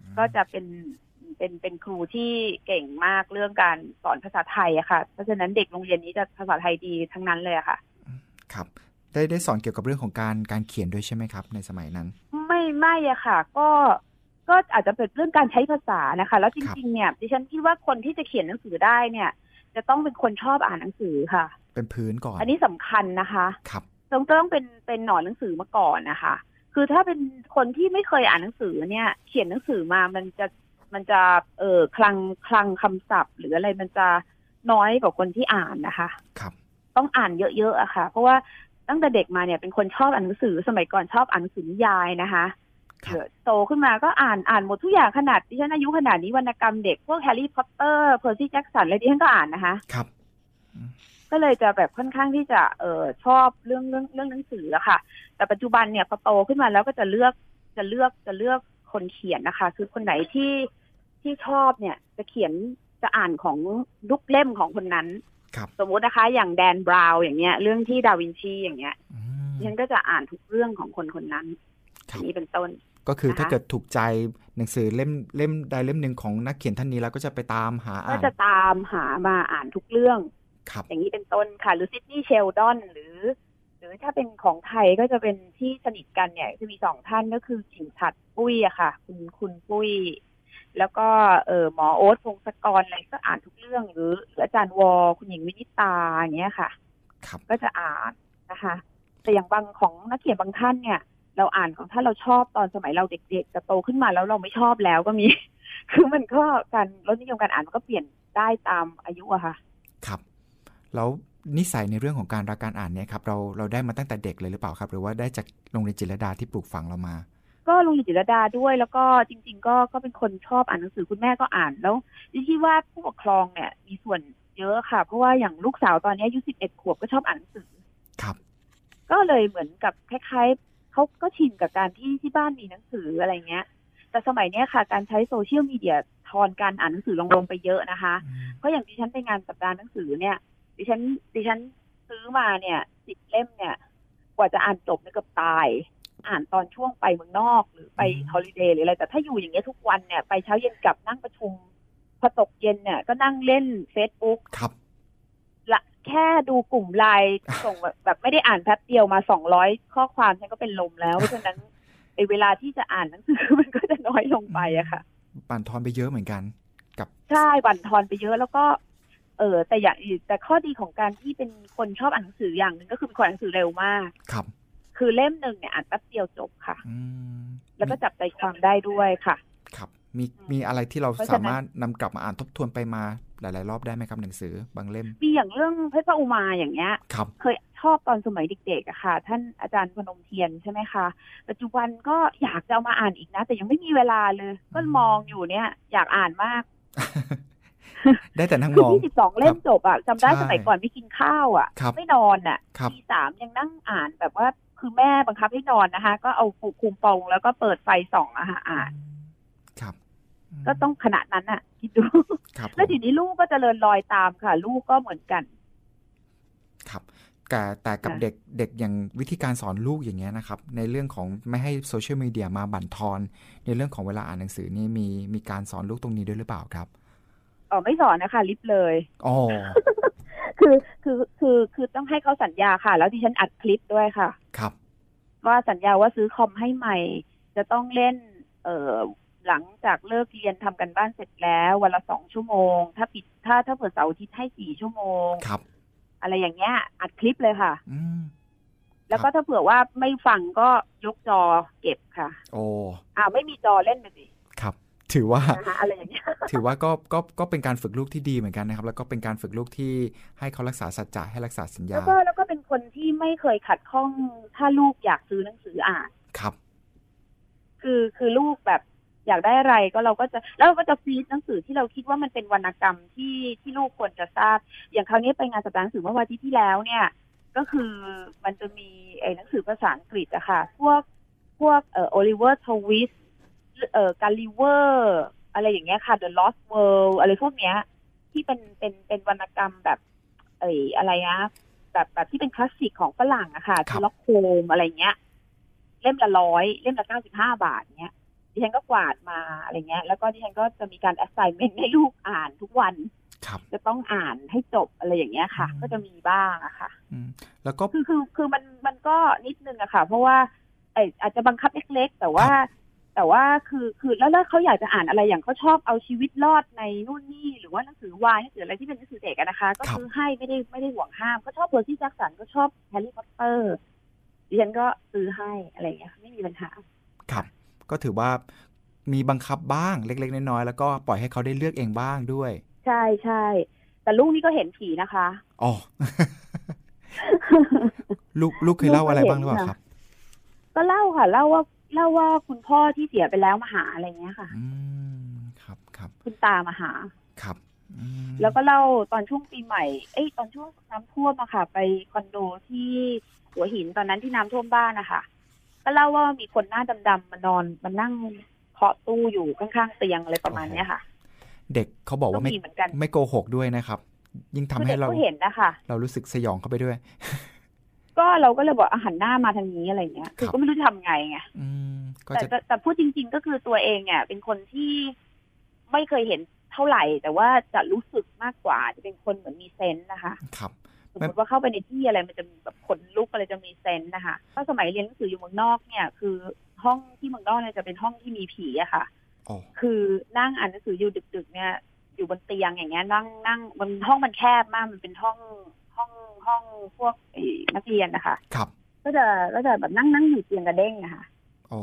ก็จะเป็นครูที่เก่งมากเรื่องการสอนภาษาไทยอะค่ะเพราะฉะนั้นเด็กโรงเรียนนี้จะภาษาไทยดีทั้งนั้นเลยอะค่ะครับได้สอนเกี่ยวกับเรื่องของการเขียนด้วยใช่ไหมครับในสมัยนั้นไม่อะค่ะก็อาจจะเป็นเรื่องการใช้ภาษานะคะแล้วจริงๆเนี่ยดิฉันคิดว่าคนที่จะเขียนหนังสือได้เนี่ยจะต้องเป็นคนชอบอ่านหนังสือค่ะเป็นพื้นก่อนอันนี้สำคัญนะคะครับต้องเป็นหนอนหนังสือมาก่อนนะคะคือถ้าเป็นคนที่ไม่เคยอ่านหนังสือเนี่ยเขียนหนังสือมามันจะคลังคำศัพท์หรืออะไรมันจะน้อยกว่าคนที่อ่านนะคะครับต้องอ่านเยอะๆอะค่ะเพราะว่าตั้งแต่เด็กมาเนี่ยเป็นคนชอบอ่านหนังสือสมัยก่อนชอบอ่านหนังสือนิยายนะคะโตขึ้นมาก็อ่านหมดทุกอย่างขนาดที่ฉันอายุขนาดนี้วรรณกรรมเด็กพวกแฮร์รี่พอตเตอร์เพอร์ซี่แจ็คสันอะไรที่ฉันก็อ่านนะคะครับก็เลยจะแบบค่อนข้างที่จะชอบเรื่องหนังสืออะค่ะแต่ปัจจุบันเนี่ยพอโตขึ้นมาแล้วก็จะเลือกคนเขียนนะคะคือคนไหนที่ชอบเนี่ยจะอ่านของทุกเล่มของคนนั้นสมมตินะคะอย่างแดนบราวน์อย่างเงี้ยเรื่องที่ดาวินชีอย่างเงี้ยฉันก็จะอ่านทุกเรื่องของคนนั้นนี้เป็นต้นก็คือถ้าเกิดถูกใจหนังสือเล่มใดเล่มหนึ่งของนักเขียนท่านนี้แล้วก็จะไปตามหาอ่านก็จะตามหามาอ่านทุกเรื่องอย่างนี้เป็นต้นค่ะหรือซิดนีย์เชลดอนหรือถ้าเป็นของไทยก็จะเป็นที่สนิทกันเนี่ยจะมีสองท่านก็คือกิ่งฉัตรปุ้ยอะค่ะคุณปุ้ยแล้วก็หมอโอ๊ตพงศกรอะไรก็อ่านทุกเรื่องหรืออาจารย์วอคุณหญิงวินิตาอย่างเงี้ยค่ะก็จะอ่านนะคะแต่อย่างบางของนักเขียนบางท่านเนี่ยเราอ่านของท่านเราชอบตอนสมัยเราเด็กๆแต่โตขึ้นมาแล้วเราไม่ชอบแล้วก็มี คือมันก็การรสนิยมการอ่านมันก็เปลี่ยนได้ตามอายุอะค่ะครับแล้วนิสัยในเรื่องของการรักการอ่านเนี่ยครับเราได้มาตั้งแต่เด็กเลยหรือเปล่าครับหรือว่าได้จากโรงเรียนจิตรลดาที่ปลูกฝังเรามาก็โรงเรียนจิตรลดาด้วยแล้วก็จริงๆก็เป็นคนชอบอ่านหนังสือคุณแม่ก็อ่านแล้วคิดว่าผู้ปกครองเนี่ยมีส่วนเยอะค่ะเพราะว่าอย่างลูกสาวตอนนี้อายุ11 ขวบก็ชอบอ่านหนังสือครับก็เลยเหมือนกับคล้ายๆเขาก็ชินกับการที่บ้านมีหนังสืออะไรเงี้ยแต่สมัยนี้ค่ะการใช้โซเชียลมีเดียทอนการอ่านหนังสือลงไปเยอะนะคะเพราะอย่างดิฉันไปงานสัปดาห์หนังสือเนี่ยดิฉันซื้อมาเนี่ย10 เล่มเนี่ยกว่าจะอ่านจบเนี่ยเกือบตายอ่านตอนช่วงไปเมืองนอกหรือไปฮอลิเดย์หรืออะไรแต่ถ้าอยู่อย่างเงี้ยทุกวันเนี่ยไปเช้าเย็นกลับนั่งประชุมพอตกเย็นเนี่ยก็นั่งเล่น Facebook ครับละแค่ดูกลุ่มไลน์ส่งแบบไม่ได้อ่านแป๊บเดียวมา200ข้อความฉันก็เป็นลมแล้วเพราะฉะนั้นเวลาที่จะอ่านหนังสือมันก็จะน้อยลงไปอะค่ะบั่นทอนไปเยอะเหมือนกันกับใช่บั่นทอนไปเยอะแล้วก็แต่ข้อดีของการที่เป็นคนชอบอ่านหนังสืออย่างหนึ่งก็คือเป็นคนอ่านหนังสือเร็วมากครับคือเล่มหนึ่งเนี่ยอ่านแป๊บเดียวจบค่ะแล้วก็จับใจความได้ด้วยค่ะครับมีอะไรที่เราสามารถนำกลับมาอ่านทบทวนไปมาหลายๆรอบได้ไหมครับหนังสือบางเล่มมีอย่างเรื่องเพชรพระอุมาอย่างเงี้ยเคยชอบตอนสมัยเด็กๆอะค่ะท่านอาจารย์พนมเทียนใช่ไหมคะปัจจุบันก็อยากจะเอามาอ่านอีกนะแต่ยังไม่มีเวลาเลยก็มองอยู่เนี่ยอยากอ่านมากได้แต่นั่งมอง 22 เล่มจบอะจำได้สมัยก่อนไม่กินข้าวอะไม่นอนอะตี 3ยังนั่งอ่านแบบว่าคือแม่บังคับให้นอนนะคะก็เอาคุมโปงแล้วก็เปิดไฟส่องอะค่ะอ่านก็ต้องขนาดนั้นอะคิดดูแล้วทีนี้ลูกก็เจริญรอยตามค่ะลูกก็เหมือนกันครับแต่กับเด็กอย่างวิธีการสอนลูกอย่างเงี้ยนะครับในเรื่องของไม่ให้โซเชียลมีเดียมาบั่นทอนในเรื่องของเวลาอ่านหนังสือนี่มีการสอนลูกตรงนี้ด้วยหรือเปล่าครับไม่สอนนะคะลิฟเลยอ๋อคือต้องให้เขาสัญญาค่ะแล้วดิฉันอัดคลิปด้วยค่ะครับว่าสัญญาว่าซื้อคอมให้ใหม่จะต้องเล่นหลังจากเลิกเรียนทำกันบ้านเสร็จแล้ววันละ2 ชั่วโมงถ้าเผื่อเสาร์อาทิตย์ให้4 ชั่วโมงครับอะไรอย่างเงี้ยอัดคลิปเลยค่ะแล้วก็ถ้าเผื่อว่าไม่ฟังก็ยกจอเก็บค่ะโอ้ไม่มีจอเล่นไปสิครับถือว่าอะไรอย่างเงี้ยถือว่าก็เป็นการฝึกลูกที่ดีเหมือนกันนะครับแล้วก็เป็นการฝึกลูกที่ให้เขารักษาสัจจะให้รักษาสัญญาแล้วก็เป็นคนที่ไม่เคยขัดข้องถ้าลูกอยากซื้อหนังสืออ่านครับคือลูกแบบอยากได้อะไรก็เราก็จะฟีดหนังสือที่เราคิดว่ามันเป็นวรรณกรรมที่ลูกควรจะทราบอย่างคราวนี้ไปงานสัปดาห์หนังสือเมื่อวันที่แล้วเนี่ยก็คือมันจะมีหนังสือภาษาอังกฤษอะค่ะพวกโอลิเวอร์ทวิสกาลิเวอร์อะไรอย่างเงี้ยค่ะ The Lost World อะไรพวกเนี้ยที่เป็นวรรณกรรมแบบอะไรนะแบบที่เป็นคลาสสิกของฝรั่งอะค่ะเชอร์ล็อกโฮมอะไรเงี้ยเล่มละ100เล่มละ95 บาทเนี้ยดิดิฉันก็กวาดมาอะไรเงี้ยแล้วก็ดิฉันก็จะมีการ assignment ให้ลูกอ่านทุกวันจะต้องอ่านให้จบอะไรอย่างเงี้ยค่ะก็จะมีบ้างอะค่ะแล้วก็คือมันก็นิดนึงอะค่ะเพราะว่าอาจจะบังคับเล็กๆแต่ว่าคือแล้วเขาอยากจะอ่านอะไรอย่างเขาชอบเอาชีวิตรอดในนู่นนี่หรือว่าหนังสือวายหนังสืออะไรที่เป็นหนังสือเด็กนะคะก็ซื้อให้ไม่ได้ห่วงห้ามเขาชอบเพอร์ซี่แจ็คสันก็ชอบแฮร์รี่พอตเตอร์ดิฉันก็ซื้อให้อะไรอย่างเงี้ยไม่มีปัญหาครับก็ถือว่ามีบังคับบ้างเล็กๆน้อยๆแล้วก็ปล่อยให้เขาได้เลือกเองบ้างด้วยใช่ใช่แต่ลูกนี่ก็เห็นผีนะคะอ๋อ ลูกเคยเล่าอะไรบ้างหรือเปล่าครับก็เล่าค่ะเล่าว่าคุณพ่อที่เสียไปแล้วมาหาอะไรเงี้ยค่ะครับคุณตามาหาครับแล้วก็เล่าตอนช่วงปีใหม่ตอนช่วงน้ำท่วมอะค่ะไปคอนโดที่หัวหินตอนนั้นที่น้ำท่วมบ้านนะคะก็เล่าว่ามีคนหน้าดำๆมานอนมานั่งเคาะตู้อยู่ข้างๆเตียงอะไรประมาณนี้ค่ะเด็กเขาบอกว่าไม่โกหกด้วยนะครับยิ่งทำให้เราเห็นนะคะเรารู้สึกสยองเข้าไปด้วยก็เราก็เลยบอกหันหน้ามาทางนี้อะไรเงี้ยคือก็ไม่รู้จะทำไงไงแต่พูดจริงๆก็คือตัวเองเนี่ยเป็นคนที่ไม่เคยเห็นเท่าไหร่แต่ว่าจะรู้สึกมากกว่าจะเป็นคนเหมือนมีเซนส์นะคะครับสมมติว่าเข้าไปในที่อะไรมันจะมีแบบขนลุกอะไรจะมีเซนส์นะคะก็สมัยเรียนหนังสืออยู่เมืองนอกเนี่ยคือห้องที่เมืองนอกเนี่ยจะเป็นห้องที่มีผีอะค่ะคือนั่งอ่านหนังสืออยู่ดึกๆเนี่ยอยู่บนเตียงอย่างเงี้ยนั่งบนห้องมันแคบมากมันเป็นห้องพวกนักเรียนนะคะครับก็จะแบบนั่งอยู่เตียงกระเด้งนะคะอ๋อ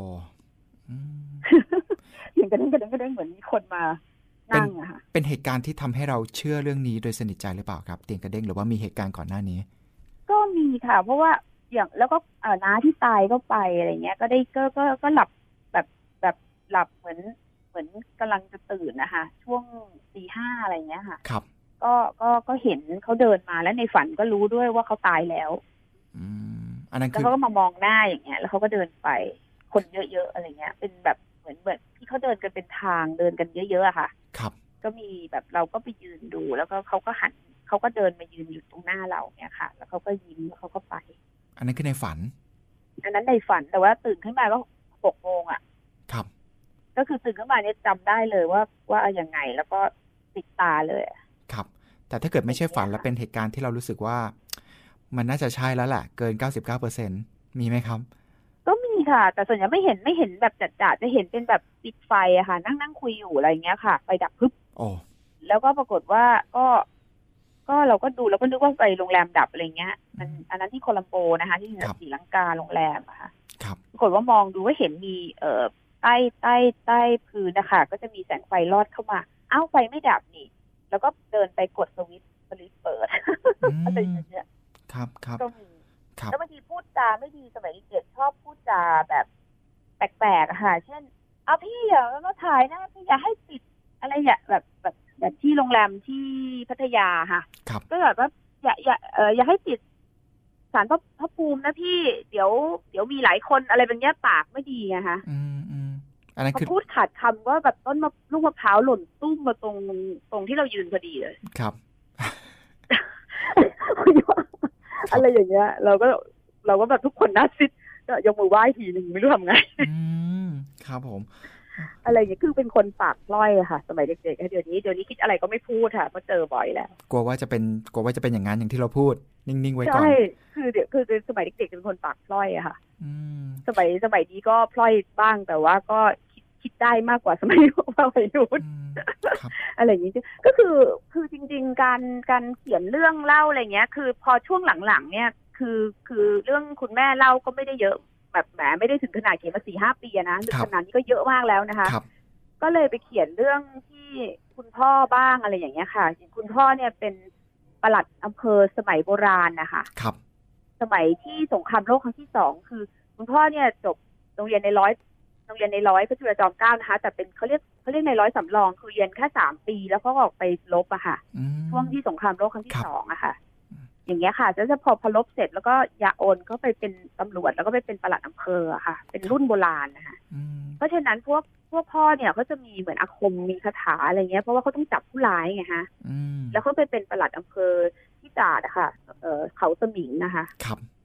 เตียงกระเด้งเหมือนมีคนมานั่งอะค่ะเป็นเหตุการณ์ที่ทำให้เราเชื่อเรื่องนี้โดยสนิทใจหรือเปล่าครับเตียงกระเด้งหรือว่ามีเหตุการณ์ก่อนหน้านี้ก็มีค่ะเพราะว่าอย่างแล้วก็น้าที่ตายก็ไปอะไรเงี้ยก็ได้ก็หลับแบบหลับเหมือนกำลังจะตื่นนะคะช่วงตี 5อะไรเงี้ยค่ะครับก็เห็นเขาเดินมาแล้วในฝันก็รู้ด้วยว่าเขาตายแล้วอันนั้นแล้วเขาก็มามองหน้าอย่างเงี้ยแล้วเขาก็เดินไปคนเยอะๆอะไรเงี้ยเป็นแบบเหมือนที่เขาเดินกันเป็นทางเดินกันเยอะๆอะค่ะครับก็มีแบบเราก็ไปยืนดูแล้วก็เขาก็หันเขาก็เดินมายืนอยู่ตรงหน้าเราเนี่ยค่ะแล้วเขาก็ยิ้มแล้วเขาก็ไปอันนั้นคือในฝันอันนั้นในฝันแต่ว่าตื่นขึ้นมาก็6 โมงอ่ะครับก็คือตื่นขึ้นมาเนี่ยจำได้เลยว่ายังไงแล้วก็ติดตาเลยครับแต่ถ้าเกิดไม่ใช่ฝันแล้วเป็นเหตุการณ์ที่เรารู้สึกว่ามันน่าจะใช่แล้วแหละเกิน 99% มีไหมครับก็มีค่ะแต่ส่วนใหญ่ไม่เห็นแบบจัดจะเห็นเป็นแบบปิดไฟอะค่ะนั่งคุยอยู่อะไรเงี้ยค่ะไฟดับพึบแล้วก็ปรากฏว่าก็เราก็ดูแล้วก็นึกว่าไฟโรงแรมดับอะไรเงี้ยอันนั้นที่โคลัมโบนะคะที่ศรีลังกาโรงแรมอะค่ะปรากฏว่ามองดูว่าเห็นมีใต้พื้นนะคะก็จะมีแสงไฟลอดเข้ามาอ้าวไฟไม่ดับนี่แล้วก็เดินไปกดสวิตช์เปิดอะไรอย่างเงี้ยครับก็มีแล้วบางทีพูดจาไม่ดีสมัยเด็กชอบพูดจาแบบแปลกๆค่ะเช่นเอาพี่แล้วก็ถ่ายนะพี่อย่าให้ติดอะไรอย่างแบบที่โรงแรมที่พัทยาค่ะก็แบบว่าอย่าให้ติดศาลพระภูมินะพี่เดี๋ยวมีหลายคนอะไรแบบนี้ปากไม่ดีไงคะอันนั้นคือพูดขาดคำว่าแบบต้นลูกมะพร้าวหล่นตุ้มมาตรงที่เรายืนพอดีเลยครับอะไรอย่างเงี้ยเราก็แบบทุกคนน่าซิดก็ยกมือไหว้ทีนึงไม่รู้ทำไงครับผมอะไรอย่างเงี้ยคือเป็นคนปากพล่อยค่ะสมัยเด็กๆเดี๋ยวนี้คิดอะไรก็ไม่พูดค่ะเพราะเจอบ่อยแล้วกลัวว่าจะเป็นอย่างนั้นอย่างที่เราพูดนิ่งๆไว้ก่อนใช่คือสมัยเด็กๆเป็นคนปากพล่อยอะค่ะสมัยนี้ก็พล่อยบ้างแต่ว่าก็คิดได้มากกว่าสมัยวัยรุ่นอะไรอย่างนี้ก็คือจริงๆการเขียนเรื่องเล่าอะไรเงี้ยคือพอช่วงหลังๆเนี่ยคือเรื่องคุณแม่เล่าก็ไม่ได้เยอะแบบแหมไม่ได้ถึงขนาดเขียนมา 4-5 ปีนะถึงขนาดนี้ก็เยอะมากแล้วนะคะก็เลยไปเขียนเรื่องที่คุณพ่อบ้างอะไรอย่างเงี้ยค่ะคุณพ่อเนี่ยเป็นปลัดอำเภอสมัยโบราณนะคะสมัยที่สงครามโลกครั้งที่ 2คือคุณพ่อเนี่ยจบโรงเรียนในร้อยพระจุลจอมเกล้านะคะแต่เป็นเขาเรียกในร้อยสำรองคือเรียนแค่3 ปีแล้วก็ออกไปรบอะค่ะช่วงที่สงครามโลกครั้งที่ 2อะค่ะอย่างเงี้ยค่ะจะพอลบเสร็จแล้วก็ยาโอนก็ไปเป็นตำรวจแล้วก็ไปเป็นปลัดอำเภออะค่ะเป็นรุ่นโบราณนะคะเพราะฉะนั้นพวกพ่อเนี่ยเขาจะมีเหมือนอาคมมีคาถาอะไรเงี้ยเพราะว่าเขาต้องจับผู้ร้ายไงฮะแล้วเขาไปเป็นปลัดอำเภอที่ตราดอะค่ะเขาสมิงนะคะครับ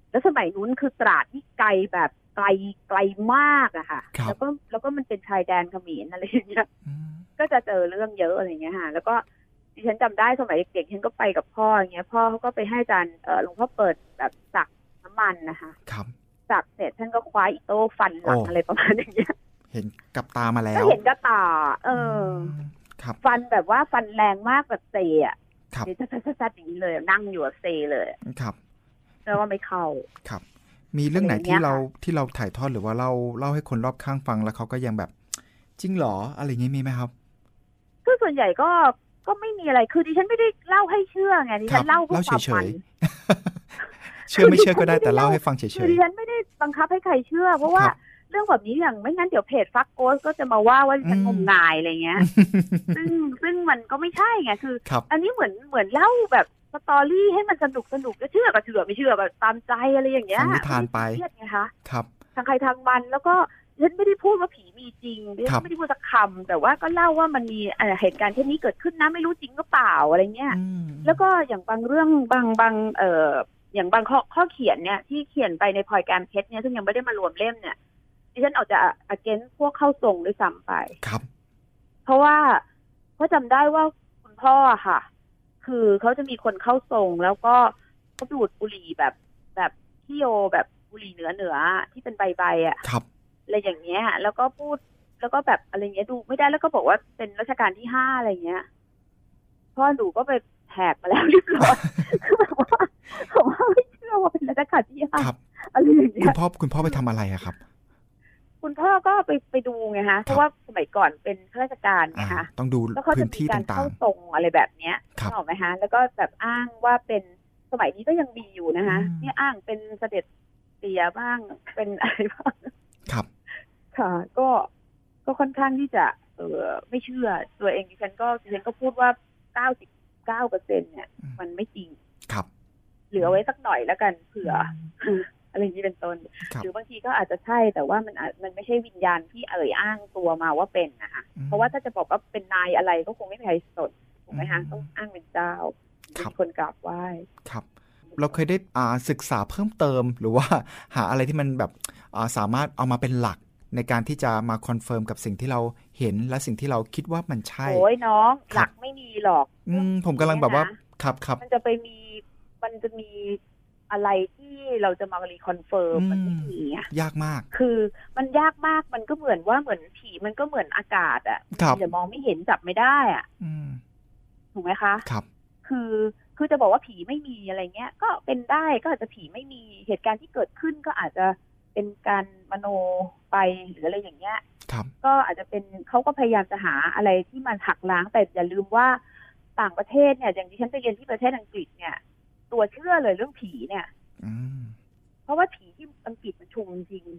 แล้วสมัยนู้นคือตราดที่ไกลแบบไกลมากอะค่ะแล้วก็มันเป็นชายแดนเขมรอะไรอย่างเงี้ยก็จะเจอเรื่องเยอะอะไรเงี้ยค่ะแล้วก็ดิฉันจำได้สมัยเด็กๆฉันก็ไปกับพ่ออย่างเงี้ยพ่อเขาก็ไปให้อาจารย์หลวงพ่อเปิดแบบสักน้ำมันนะคะสักเสร็จท่านก็คว้าอิโต้ฟันหลังอะไรประมาณอย่างเงี้ยเห็นกับตามาแล้วก็เห็นกับตาฟันแบบว่าฟันแรงมากแบบเซอ่ะนี่ชัดๆอย่างนี้เลยนั่งอยู่เซเลยครับแล้วว่าไม่เข้าครับมีเรื่องไหนที่เราถ่ายทอดหรือว่าเล่าให้คนรอบข้างฟังแล้วเขาก็ยังแบบจริงหรออะไรอย่างงี้มีไหมครับคือส่วนใหญ่ก็ไม่มีอะไรคือดิฉันไม่ได้เล่าให้เชื่อไงดิฉันเล่าเพื่อความมันเชื่อไม่เชื่อก็ได้แต่เล่าให้ฟังเฉยๆคือดิฉันไม่ได้บังคับให้ใครเชื่อเพราะว่าเรื่องแบบนี้อย่างไม่งั้นเดี๋ยวเพจฟักโกสก็จะมาว่าดิฉันงมงายอะไรเงี้ยซึ่งมันก็ไม่ใช่ไงคืออันนี้เหมือนเล่าแบบสตอรี่ให้มันสนุกก็เชื่อก็เชื่อไม่เชื่อแบบตามใจอะไรอย่างเงี้ยฟังนิทานไปเครียดไงคะครับทางใครทางมันแล้วก็ฉันไม่ได้พูดว่าผีมีจริงฉันไม่ได้พูดสักคำแต่ว่าก็เล่าว่ามันมีเหตุการณ์เช่นนี้เกิดขึ้นนะไม่รู้จริงหรือเปล่าอะไรเงี้ยแล้วก็อย่างบางเรื่องบางอย่างบางข้อเขียนเนี่ยที่เขียนไปในพลอยแกมเพชรเนี่ยซึ่งยังไม่ได้มารวมเล่มเนี่ยดิฉันออกจะ against พวกเข้าทรงด้วยซ้ำไปครับเพราะจำได้ว่าคุณพ่อค่ะคือเขาจะมีคนเข้าทรงแล้วก็เขาดูดบุหรี่แบบที่โยแบบบุหรี่เหนือที่เป็นใบอ่ะอะไรอย่างเงี้ยแล้วก็พูดแล้วก็แบบอะไรเงี้ยดูไม่ได้แล้วก็บอกว่าเป็นรัชกาลที่5อะไรเงี้ยพ่อหนูก็ไปแหกมาแล้วเรียบร้อยคือแบบว่าผมว่าไม่เชื่อว่าเป็นรัชกาลที่5อะไรอย่างเงี้ยคุณพ่อไปทำอะไรอะครับคุณพ่อก็ไปดูไงคะเพราะว่าสมัยก่อนเป็นข้าราชการไงคะต้องดูพื้นที่ต่างๆเข้าทรงอะไรแบบเนี้ยถูกไหมคะแล้วก็แบบอ้างว่าเป็นสมัยนี้ก็ยังมีอยู่นะคะนี่อ้างเป็นเสด็จเตี่ยบ้างเป็นอะไรบ้างครับค่ะก็ค่อนข้างที่จะไม่เชื่อตัวเองดิฉันก็พูดว่า99%เนี่ยมันไม่จริงครับเหลือไว้สักหน่อยแล้วกันเผื่ออะไรอย่างนี้เป็นต้นหรือบางทีก็อาจจะใช่แต่ว่ามันไม่ใช่วิญญาณที่อ้างตัวมาว่าเป็นนะคะเพราะว่าถ้าจะบอกว่าเป็นนายอะไรก็คงไม่มีใครสนถูกไหมคะต้องอ้างเป็นเจ้าเป็นคนกราบไหว้ครับเราเคยได้ศึกษาเพิ่มเติมหรือว่าหาอะไรที่มันแบบสามารถเอามาเป็นหลักในการที่จะมาคอนเฟิร์มกับสิ่งที่เราเห็นและสิ่งที่เราคิดว่ามันใช่โอ้ยน้องหลักไม่มีหรอกผมกำลังแบบว่าครับมันจะมีอะไรที่เราจะมารีคอนเฟิร์มมันไม่มียากมากคือมันยากมากมันก็เหมือนผีมันก็เหมือนอากาศอ่ะจะมองไม่เห็นจับไม่ได้อ่ะถูกไหมคะครับคือจะบอกว่าผีไม่มีอะไรเงี้ยก็เป็นได้ก็อาจจะผีไม่มีเหตุการณ์ที่เกิดขึ้นก็อาจจะเป็นการมโนไปหรืออะไรอย่างเงี้ยก็อาจจะเป็นเขาก็พยายามจะหาอะไรที่มันหักล้างแต่อย่าลืมว่าต่างประเทศเนี่ยอย่างที่ฉันไปเรียนที่ประเทศอังกฤษเนี่ยตัวเชื่อเลยเรื่องผีเนี่ยเพราะว่าผีที่อังกฤษมันชุมจริง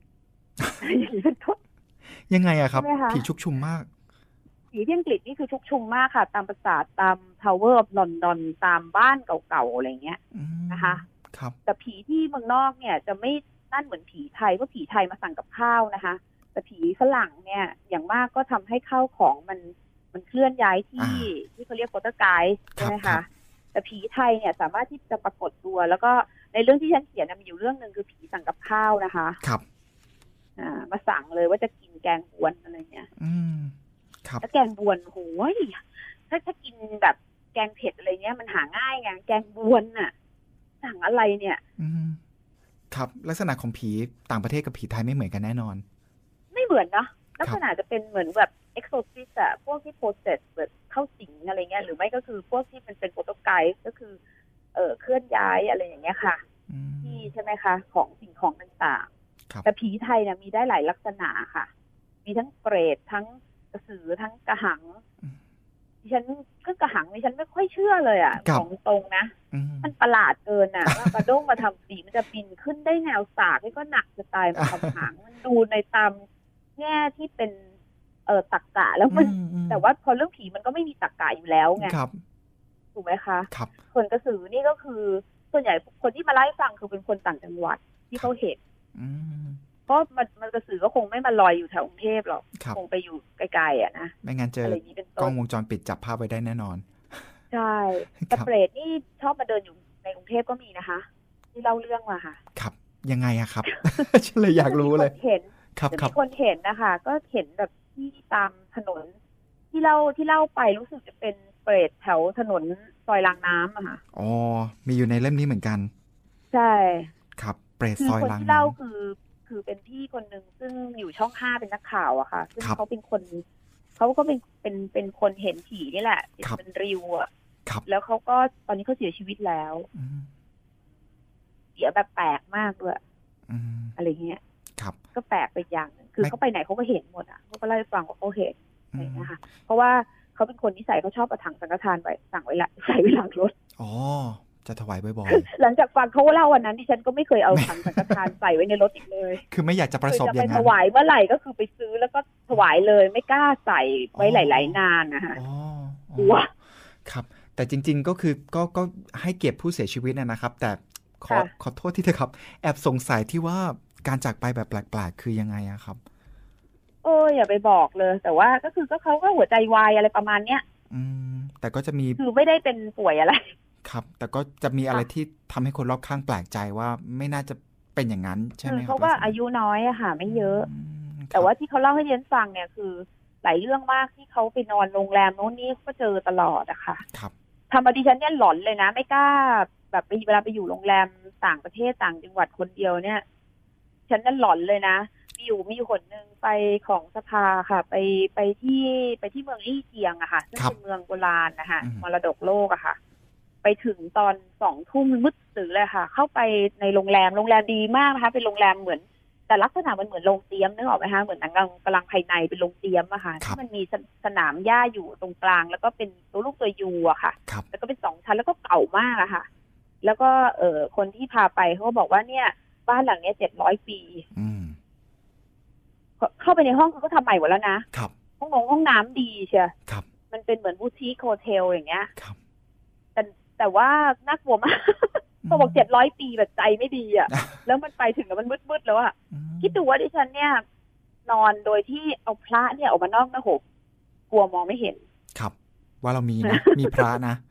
ยังไงอะครับผีชุกชุมมากผีที่อังกฤษนี่คือชุกชุมมากค่ะตามปราสาทตาม Tower of London ตามบ้านเก่าๆอะไรเงี้ยนะคะแต่ผีที่เมืองนอกเนี่ยจะไม่นั่นเหมือนผีไทยเพราะผีไทยมาสั่งกับข้าวนะคะแต่ผีฝรั่งเนี่ยอย่างมากก็ทำให้ข้าวของมันเคลื่อนย้ายที่เขาเรียกโปรโตไกด์ใช่ไหมคะแต่ผีไทยเนี่ยสามารถที่จะปรากฏตัวแล้วก็ในเรื่องที่ฉันเขียนมีอยู่เรื่องนึงคือผีสั่งกับข้าวนะคะครับมาสั่งเลยว่าจะกินแกงบวนอะไรเงี้ยครับแล้วแกงบวนโหยถ้ากินแบบแกงเผ็ดอะไรเงี้ยมันหาง่ายไงแกงบวนน่ะสั่งอะไรเนี่ยครับลักษณะของผีต่างประเทศกับผีไทยไม่เหมือนกันแน่นอนไม่เหมือนนะลักษณะจะเป็นเหมือนแบบเอ็กโซซิสอะพวกที่โปรเซสแบบเข้าสิงอะไรเงี้ยหรือไม่ก็คือพวกที่มันเป็นโปรโตไกด์ก็คือเคลื่อนย้ายอะไรอย่างเงี้ยค่ะที่ใช่ไหมคะของสิ่งของต่างๆแต่ผีไทยเนี่ยมีได้หลายลักษณะค่ะมีทั้งเปรตทั้งกระสือทั้งกระหังดิฉันก็กระหังดิฉันไม่ค่อยเชื่อเลยอ่ะของตรงนะมันประหลาดเกินอ่ะว่ากระด้งมาทำสีมันจะบินขึ้นได้แนวสากนี่ก็หนักจะตายมาทำหางมันดูในตามแง่ที่เป็นตรรกะแล้วมันแต่ว่าพอเรื่องผีมันก็ไม่มีตรรกะอยู่แล้วไงถูกไหมคะคนกระสือนี่ก็คือส่วนใหญ่คนที่มาไล่ฟังคือเป็นคนต่างจังหวัดที่เขาเห็นเพราะมันกระสือก็คงไม่มาลอยอยู่แถวกรุงเทพหรอกคงไปอยู่ไกลๆอ่ะนะไม่งั้นเจอกล้องวงจรปิดจับภาพไว้ได้แน่นอนใช่แต่เปรตนี่ชอบมาเดินอยู่ในกรุงเทพก็มีนะคะที่ที่เล่าเรื่องมาค่ะครับยังไงอะครับ ฉันเลยอยากรู้เลยเห็นครับจะมีคนเห็นนะคะก็เห็นแบบที่ตามถนนที่เล่าไปรู้สึกจะเป็นเปรตแถวถนนซอยรางน้ำอะค่ะอ๋อมีอยู่ในเล่มนี้เหมือนกันใช่ครับเปรตซอยรางน้ำคนที่เล่าคือเป็นพี่คนหนึ่งซึ่งอยู่ช่อง5เป็นนักข่าวอะค่ะซึ่งเขาเป็นคนเขาก็เป็นคนเห็นผีนี่แหละเป็นริวอะแล้วเขาก็ตอนนี้เขาเสียชีวิตแล้วเสียแบบแปลกมากด้วยอะไรเงี้ยก็แปลกไปอย่างนึงคือเขาไปไหนเขาก็เห็นหมดอ่ะเขาก็เล่าให้ฟังว่าเขาเห็นอะไรนะคะเพราะว่าเขาเป็นคนนิสัยเขาชอบเอาถังสังฆทานไปสั่งไว้ละใส่ไว้หลังรถอ๋อจะถวายบ่อยๆหลังจากฟังเขาเล่าวันนั้นดิฉันก็ไม่เคยเอาถังสังฆทานใส่ไว้ในรถอีกเลยคือไม่อยากจะประสบอย่างนั้นจะไปถวายเมื่อไหร่ก็คือไปซื้อแล้วก็ถวายเลยไม่กล้าใส่ไว้หลายๆนานนะคะกลัวครับแต่จริงๆก็คือก็ให้เกียรติผู้เสียชีวิตนะครับแต่ขอโทษที่เถอะครับแอบสงสัยที่ว่าการจากไปแบบแปลกๆคือยังไงอะครับอย่าไปบอกเลยแต่ว่าก็คือเขาก็หัวใจวายอะไรประมาณเนี้ยแต่ก็จะมีคือไม่ได้เป็นป่วยอะไรครับแต่ก็จะมีอะไรที่ทำให้คนรอบข้างแปลกใจว่าไม่น่าจะเป็นอย่างนั้นใช่ไหมครับเขาก็อายุน้อยอะค่ะไม่เยอะแต่ว่าที่เขาเล่าให้เรียนฟังเนี่ยคือหลายเรื่องมากที่เขาไปนอนโรงแรมโน้นนี่ก็เจอตลอดอะค่ะครับทำมาดิฉันเนี่ยหลอนเลยนะไม่กล้าแบบเวลาไปอยู่โรงแรมต่างประเทศต่างจังหวัดคนเดียวเนี่ยฉันนั่นหลอนเลยนะมีอยู่คนนึงไปของสภาค่ะไปที่เมืองลี่เจียงอะค่ะซึ่งเป็นเมืองโบราณนะคะมรดกโลกอะค่ะไปถึงตอน20:00 นมืดตื่นเลยค่ะเข้าไปในโรงแรมดีมากนะคะเป็นโรงแรมเหมือนแต่ลักษณะมันเหมือนโรงเตรียมนึกออกไหมคะเหมือนกำลังภายในเป็นโรงเตรียมอะค่ะที่มันมีสนามหญ้าอยู่ตรงกลางแล้วก็เป็นตัวลูกตัวยูอะค่ะแล้วก็เป็น2 ชั้นแล้วก็เก่ามากอะค่ะแล้วก็คนที่พาไปเขาก็บอกว่าเนี่ยบ้านหลังนี้700 ปีเข้าไปในห้องเขาก็ทำใหม่หมดแล้วนะห้องน้ำดีเชียมันเป็นเหมือนบูติคโฮเทลอย่างเงี้ยแต่ว่าน่ากลัวมากเขาบอก700 ปีแบบใจไม่ดีอ่ะแล้วมันไปถึงแล้วมันมืดๆแล้วอ่ะคิดดูว่าดิฉันเนี่ยนอนโดยที่เอาพระเนี่ยออกมานอกหน้าห่มกลัวมองไม่เห็นครับว่าเรามีนะมีพระนะ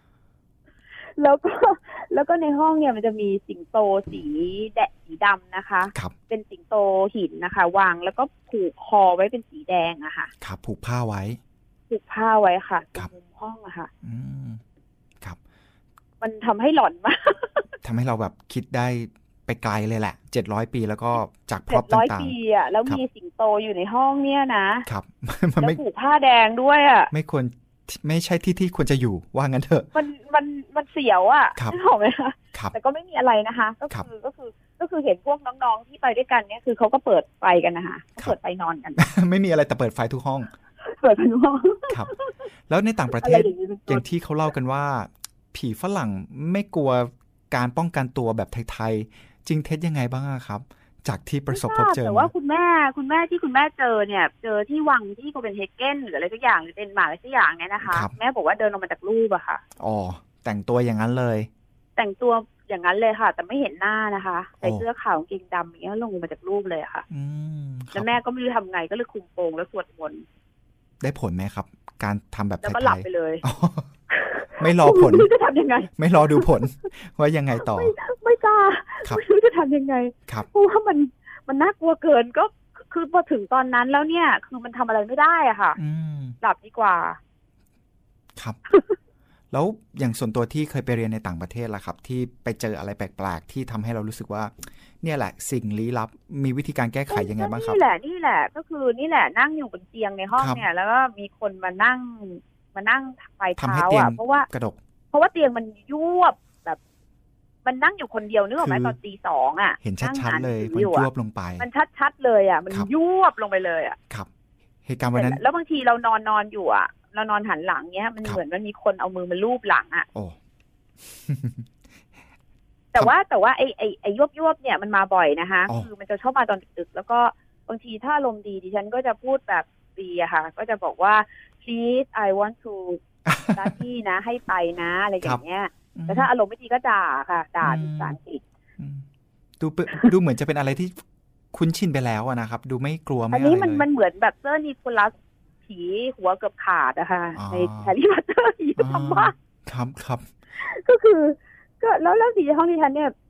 แล้วก็ในห้องเนี่ยมันจะมีสิงโตสีดำนะคะเป็นสิงโตหินนะคะวางแล้วก็ผูกคอไว้เป็นสีแดงอะค่ะครับผูกผ้าไว้ค่ะตรงมุมห้องอะค่ะครับมันทำให้หลอนมากทำให้เราแบบคิดได้ไปไกลเลยแหละ700 ปีแล้วก็จากพร็อพต่างๆ 700 ปีอะแล้วมีสิงโตอยู่ในห้องเนี่ยนะครับแล้วผูกผ้าแดงด้วยอะไม่ใช่ที่ควรจะอยู่ว่างั้นเถอะมันเสียวอ่ะไม่บอกไหมคะแต่ก็ไม่มีอะไรนะคะก็คือเห็นพวกน้องๆที่ไปด้วยกันเนี่ยคือเขาก็เปิดไฟกันนะคะเปิดไฟนอนกันไม่มีอะไรแต่เปิดไฟทุกห้องเปิดไฟทุกห้องครับแล้วในต่างประเทศอย่างที่เขาเล่ากันว่าผีฝรั่งไม่กลัวการป้องกันตัวแบบไทยๆจริงเท็จยังไงบ้างครับจากที่ประสบพบเจอแต่ว่าคุณแม่ที่คุณแม่เจอเนี่ยเจอที่วังที่โคเปนเฮเกนหรืออะไรสักอย่างหรือเดนมาร์กอะไรสักอย่างเนี่ยนะคะแม่บอกว่าเดินออกมาจากรูปอะค่ะอ๋อแต่งตัวอย่างนั้นเลยแต่งตัวอย่างนั้นเลยค่ะแต่ไม่เห็นหน้านะคะใส่เสื้อขาวกางเกงดำอย่างเงี้ยลงมาจากรูปเลยค่ะแล้วแม่ก็ไม่รู้ทำไงก็เลยคุมโปงแล้วสวดมนต์ได้ผลไหมครับการทำแบบไทยแล้วก็หลับไปเลยไม่รอผลจะทำยังไงไม่รอดูผลว่ายังไงต่อไม่กล้าไม่รู้จะทำยังไงเพราะว่ามันน่ากลัวเกินก็คือพอถึงตอนนั้นแล้วเนี่ยคือมันทำอะไรไม่ได้อะค่ะหลับดีกว่าครับ แล้วอย่างส่วนตัวที่เคยไปเรียนในต่างประเทศล่ะครับที่ไปเจออะไรแปลกๆที่ทำให้เรารู้สึกว่าเนี่ยแหละสิ่งลี้ลับมีวิธีการแก้ไขยังไงบ้างครับนี่แหละก็คือนี่แหละนั่งอยู่บนเตียงในห้องเนี่ยแล้วก็มีคนมานั่งปลายเท้าอ่ะเพราะว่าเตียงมันยวบแบบมันนั่งอยู่คนเดียวนึกออกไหมตอนตี 2อ่ะเห็นชัดๆเลยมันยวบลงไปมันชัดๆเลยอ่ะมันยวบลงไปเลยอ่ะครับเหตุการณ์วันนั้นแล้วบางทีเรานอนอยู่อ่ะเรานอนหันหลังเนี้ยมันเหมือนมันมีคนเอามือมาลูบหลังอ่ะโอ้แต่ว่าไอ้ยวบเนี่ยมันมาบ่อยนะคะคือมันจะชอบมาตอนดึกๆแล้วก็บางทีถ้าอารมณ์ดีดิฉันก็จะพูดแบบดีอะค่ะก็จะบอกว่า please I want to study นะให้ไปนะอะไรอย่างเงี้ยแต่ถ้าอารมณ์ไม่ดีก็ด่าค่ะด่าภาษาอังกฤษดูเหมือนจะเป็นอะไรที่คุ้นชินไปแล้วนะครับดูไม่กลัวไม่อะไรเลยอันนี้มันเหมือนแบบเซอร์นิโคลัสผีหัวเกือบขาดนะคะในแฮร์รี่พอตเตอร์ผีทำบ้าครับก็คือก็แล้วสีห้องที่ฉันเนี่ย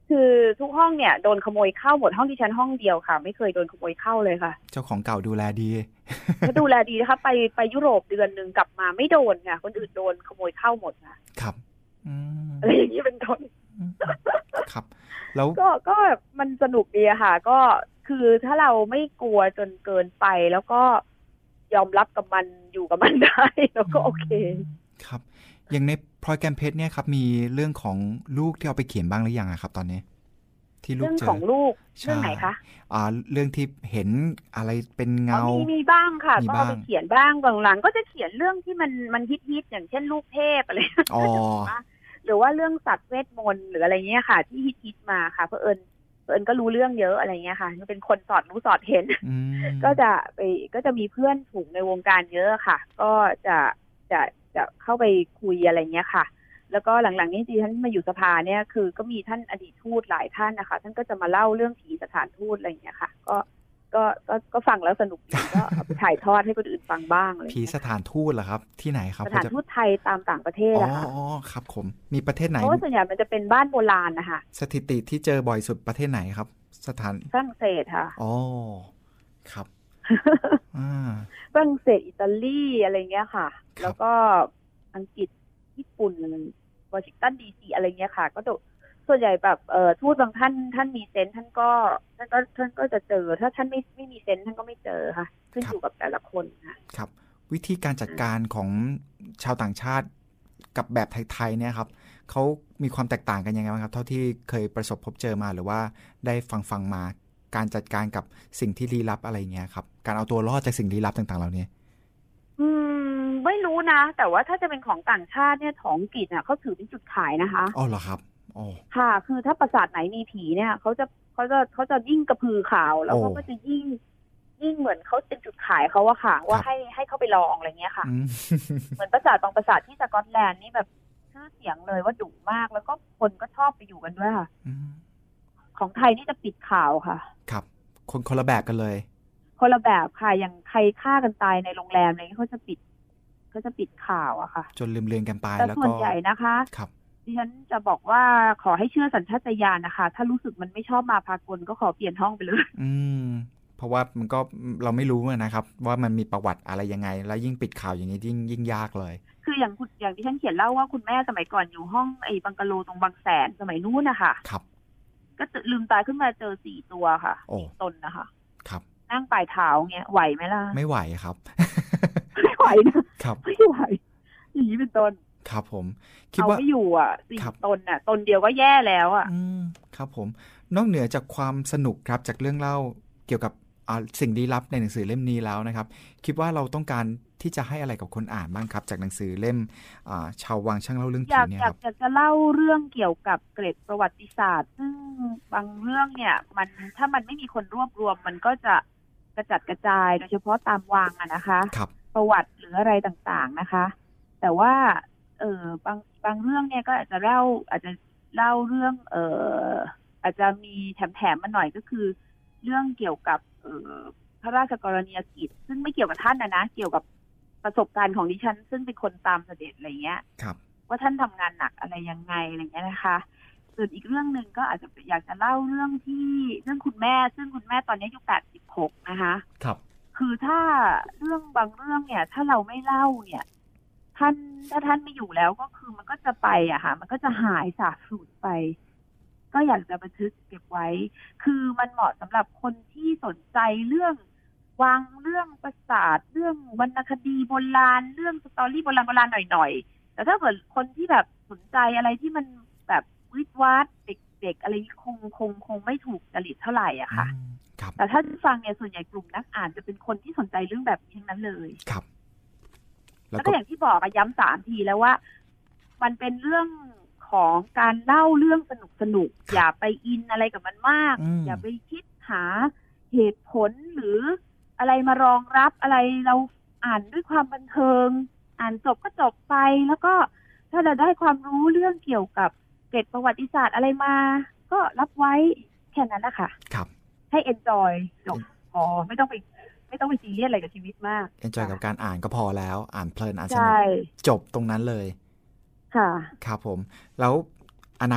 คือทุกห้องเนี่ยโดนขโมยเข้าหมดห้องดิฉันห้องเดียวค่ะไม่เคยโดนขโมยเข้าเลยค่ะเจ้าของเก่าดูแลดีก็ดูแลดีนะคะไปยุโรปเดือนนึงกลับมาไม่โดนค่ะคนอื่นโดนขโมยเข้าหมดค่ะครับอะไรอย่างนี้เป็นต้นครับแล้วก็มันสนุกดีค่ะก็คือถ้าเราไม่กลัวจนเกินไปแล้วก็ยอมรับกับมันอยู่กับมันได้แล้วก็โอเคครับอย่างในพลอยแกมเพชรเนี่ยครับมีเรื่องของลูกที่เอาไปเขียนบ้างหรือยังครับตอนนี้ที่ลูกเจอเรื่องของลูกเรื่องไหนคะเรื่องที่เห็นอะไรเป็นเงามีบ้างค่ะก็เอาไปเขียนบ้างบางหลังก็จะเขียนเรื่องที่มันฮิตอย่างเช่นลูกเทพอะไรหรือว่าเรื่องสัตว์เวทมนต์หรืออะไรเงี้ยค่ะที่ฮิตมาค่ะเผอิญก็รู้เรื่องเยอะอะไรเงี้ยค่ะเป็นคนสอดรู้สอดเห็นก็จะมีเพื่อนถูกในวงการเยอะค่ะก็จะเข้าไปคุยอะไรเงี้ยค่ะแล้วก็หลังๆนี้ที่ท่านมาอยู่สภาเนี่ยคือก็มีท่านอดีตทูตหลายท่านนะคะท่านก็จะมาเล่าเรื่องผีสถานทูตอะไรเงี้ยค่ะก็ฟังแล้วสนุกก็เอาไปถ่ายทอดให้คนอื่นฟังบ้างเลยผีสถานทูตเหรอครับที่ไหนครับสถานทูตไทยตามต่างประเทศอะค่ะอ๋อครับผมมีประเทศไหนเพราะว่าส่วนใหญ่มันจะเป็นบ้านโบราณนะคะสถิติที่เจอบ่อยสุดประเทศไหนครับสถานฝรั่งเศสค่ะอ๋อครับฝรั่งเศสอิตาลีอะไรเงี้ยค่ะแล้วก็อังกฤษญี่ปุ่นวอชิงตันดีซีอะไรเงี้ยค่ะก็ส่วนใหญ่แบบทูตบางท่านมีเซนส์ท่านก็จะเจอถ้าท่านไม่มีเซนส์ท่านก็ไม่เจอค่ะขึ้นอยู่กับแต่ละคนค่ะครับวิธีการจัดการของชาวต่างชาติกับแบบไทยๆเนี่ยครับเขามีความแตกต่างกันยังไงบ้างครับเท่าที่เคยประสบพบเจอมาหรือว่าได้ฟังมาการจัดการกับสิ่งที่ลี้ลับอะไรเงี้ยครับการเอาตัวรอดจากสิ่งลี้ลับต่างๆเหล่านี้ไม่รู้นะแต่ว่าถ้าจะเป็นของต่างชาติเนี่ยของอังกฤษเนี่ยเขาถือเป็นจุดขายนะคะอ๋อเหรอครับอ๋อค่ะคือถ้าปราสาทไหนมีผีเนี่ยเขาจะยิ่งกระพือข่าวแล้วเขาก็จะยิ่งเหมือนเขาเป็นจุดขายเขาอะค่ะว่าให้เขาไปลองอะไรเงี้ยค่ะเหมือนปราสาทบางปราสาทที่สกอตแลนด์นี่แบบชื่อเสียงเลยว่าดุมากแล้วก็คนก็ชอบไปอยู่กันด้วยค่ะของไทยนี่จะปิดข่าวค่ะครับคนละแบบกันเลยคนละแบบค่ะอย่างใครฆ่ากันตายในโรงแรมอะไรเขาจะปิดข่าวอะค่ะจนลืมเลือนกันไปแล้วก็ส่วนใหญ่นะคะครับดิฉันจะบอกว่าขอให้เชื่อสัญชาตญาณนะคะถ้ารู้สึกมันไม่ชอบมาพากลก็ขอเปลี่ยนห้องไปเลยเพราะว่ามันก็เราไม่รู้นะครับว่ามันมีประวัติอะไรยังไงแล้วยิ่งปิดข่าวอย่างนี้ยิ่งยากเลยคืออย่างที่ฉันเขียนเล่าว่าคุณแม่สมัยก่อนอยู่ห้องไอ้บังกะโลตรงบางแสนสมัยนู้นนะคะครับก็ลืมตาขึ้นมาเจอ4 ตัวค่ะ4 ตนนะคะครับนั่งปลายเท้าเงี้ยไหวไหมล่ะไม่ไหวครับไม่ไหวนะครับไม่ไหวอย่างนี้เป็นต้นครับผมคิดว่าไม่อยู่4 ตนน่ะตนเดียวก็แย่แล้วครับผมนอกเหนือจากความสนุกครับจากเรื่องเล่าเกี่ยวกับสิ่งลี้ลับในหนังสือเล่มนี้แล้วนะครับคิดว่าเราต้องการที่จะให้อะไรกับคนอ่านบ้างครับจากหนังสือเล่มชาววังช่างเล่าเรื่องผีเนี่ยครับอยากจะเล่าเรื่องเกี่ยวกับเกร็ดประวัติศาสตร์ซึ่งบางเรื่องเนี่ยถ้ามันไม่มีคนรวบรวมมันก็จะกระจัดกระจายโดยเฉพาะตามวังนะคะประวัติหรืออะไรต่างๆนะคะแต่ว่าบางเรื่องเนี่ยก็อาจจะเล่าเรื่องอาจจะมีแถมมาหน่อยก็คือเรื่องเกี่ยวกับพระราชกรณียกิจซึ่งไม่เกี่ยวกับท่านนะเกี่ยวกับประสบการณ์ของดิฉันซึ่งเป็นคนตามเสด็จอะไรเงี้ยว่าท่านทำงานหนักอะไรยังไงอะไรเงี้ยนะคะส่วนอีกเรื่องนึงก็อาจจะอยากจะเล่าเรื่องคุณแม่ซึ่งคุณแม่ตอนนี้อายุ86นะคะครับคือถ้าเรื่องบางเรื่องเนี่ยถ้าเราไม่เล่าเนี่ยถ้าท่านไม่อยู่แล้วก็คือมันก็จะไปอะค่ะมันก็จะหายสาบสูญไปก็อยากจะบันทึกเก็บไว้คือมันเหมาะสำหรับคนที่สนใจเรื่องวังเรื่องปราสาทเรื่องวรรณคดีโบราณเรื่องสตอรี่โบราณหน่อยๆแต่ถ้าเกิดคนที่แบบสนใจอะไรที่มันแบบวิทย์วัดเด็กๆอะไรคงไม่ถูกจริตเท่าไหร่อะค่ะแต่ถ้าฟังเนี่ยส่วนใหญ่กลุ่มนักอ่านจะเป็นคนที่สนใจเรื่องแบบนี้ทั้งนั้นเลยครับแล้วก็อย่างที่บอกย้ำ3 ทีแล้วว่ามันเป็นเรื่องของการเล่าเรื่องสนุกอย่าไปอินอะไรกับมันมากอย่าไปคิดหาเหตุผลหรืออะไรมารองรับอะไรเราอ่านด้วยความบันเทิงอ่านจบก็จบไปแล้วก็ถ้าเราได้ความรู้เรื่องเกี่ยวกับเกร็ดประวัติศาสตร์อะไรมาก็รับไว้แค่นั้นนะคะครับให้ enjoy จบพอไม่ต้องไปซีเรียสอะไรกับชีวิตมาก enjoy กับการอ่านก็พอแล้วอ่านเพลินอ่านสนุกจบตรงนั้นเลยค่ะครับผมแล้วอนาคต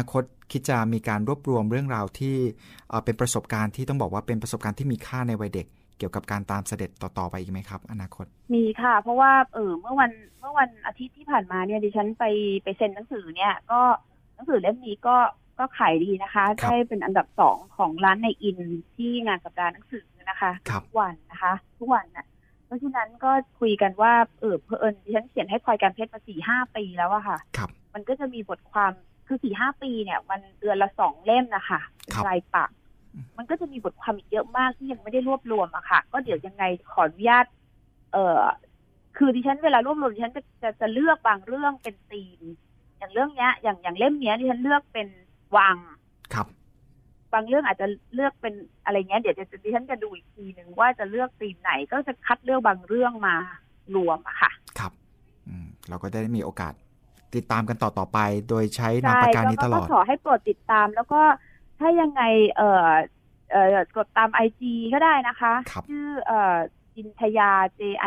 คิดจะมีการรวบรวมเรื่องราวที่เป็นประสบการณ์ที่ต้องบอกว่าเป็นประสบการณ์ที่มีค่าในวัยเด็กเกี่ยวกับการตามเสด็จต่อๆไปอีกไหมครับอนาคตมีค่ะเพราะว่าเมื่อวันอาทิตย์ที่ผ่านมาเนี่ยดิฉันไปเซ็นหนังสือเนี่ยก็หนังสือเล่มนี้ก็ขายดีนะคะได้เป็นอันดับ2ของร้านในอินที่งานสัปดาห์หนังสือนะคะทุกวันนะคะทุกวันน่ะเพราะฉะนั้นก็คุยกันว่าเผอิญดิฉันเขียนให้พลอยการเพชรมา 4-5 ปีแล้วอะค่ะมันก็จะมีบทความคือ 4-5 ปีเนี่ยมันเดือนละ2เล่มนะคะรายปักมันก็จะมีบทความอีกเยอะมากที่ยังไม่ได้รวบรวมอะค่ะก็เดี๋ยวยังไงขออนุญาตคือดิฉันเวลารวบรวมดิฉันจะเลือกบางเรื่องเป็นธีมอย่างเรื่องเนี้ยอย่างเล่มเนี้ยดิฉันเลือกเป็นวังครับบางเรื่องอาจจะเลือกเป็นอะไรเงี้ยเดี๋ยวดิฉันจะดูอีกทีนึงว่าจะเลือกธีมไหนก็จะคัดเลือกบางเรื่องมารวมอะค่ะครับเราก็ได้มีโอกาสติดตามกันต่อไปโดยใช้นามปากกานี้ตลอดก็ขอให้โปรดติดตามแล้วก็ถ้ายังไงกดตาม IG ก็ได้นะคะชื่อจินทยา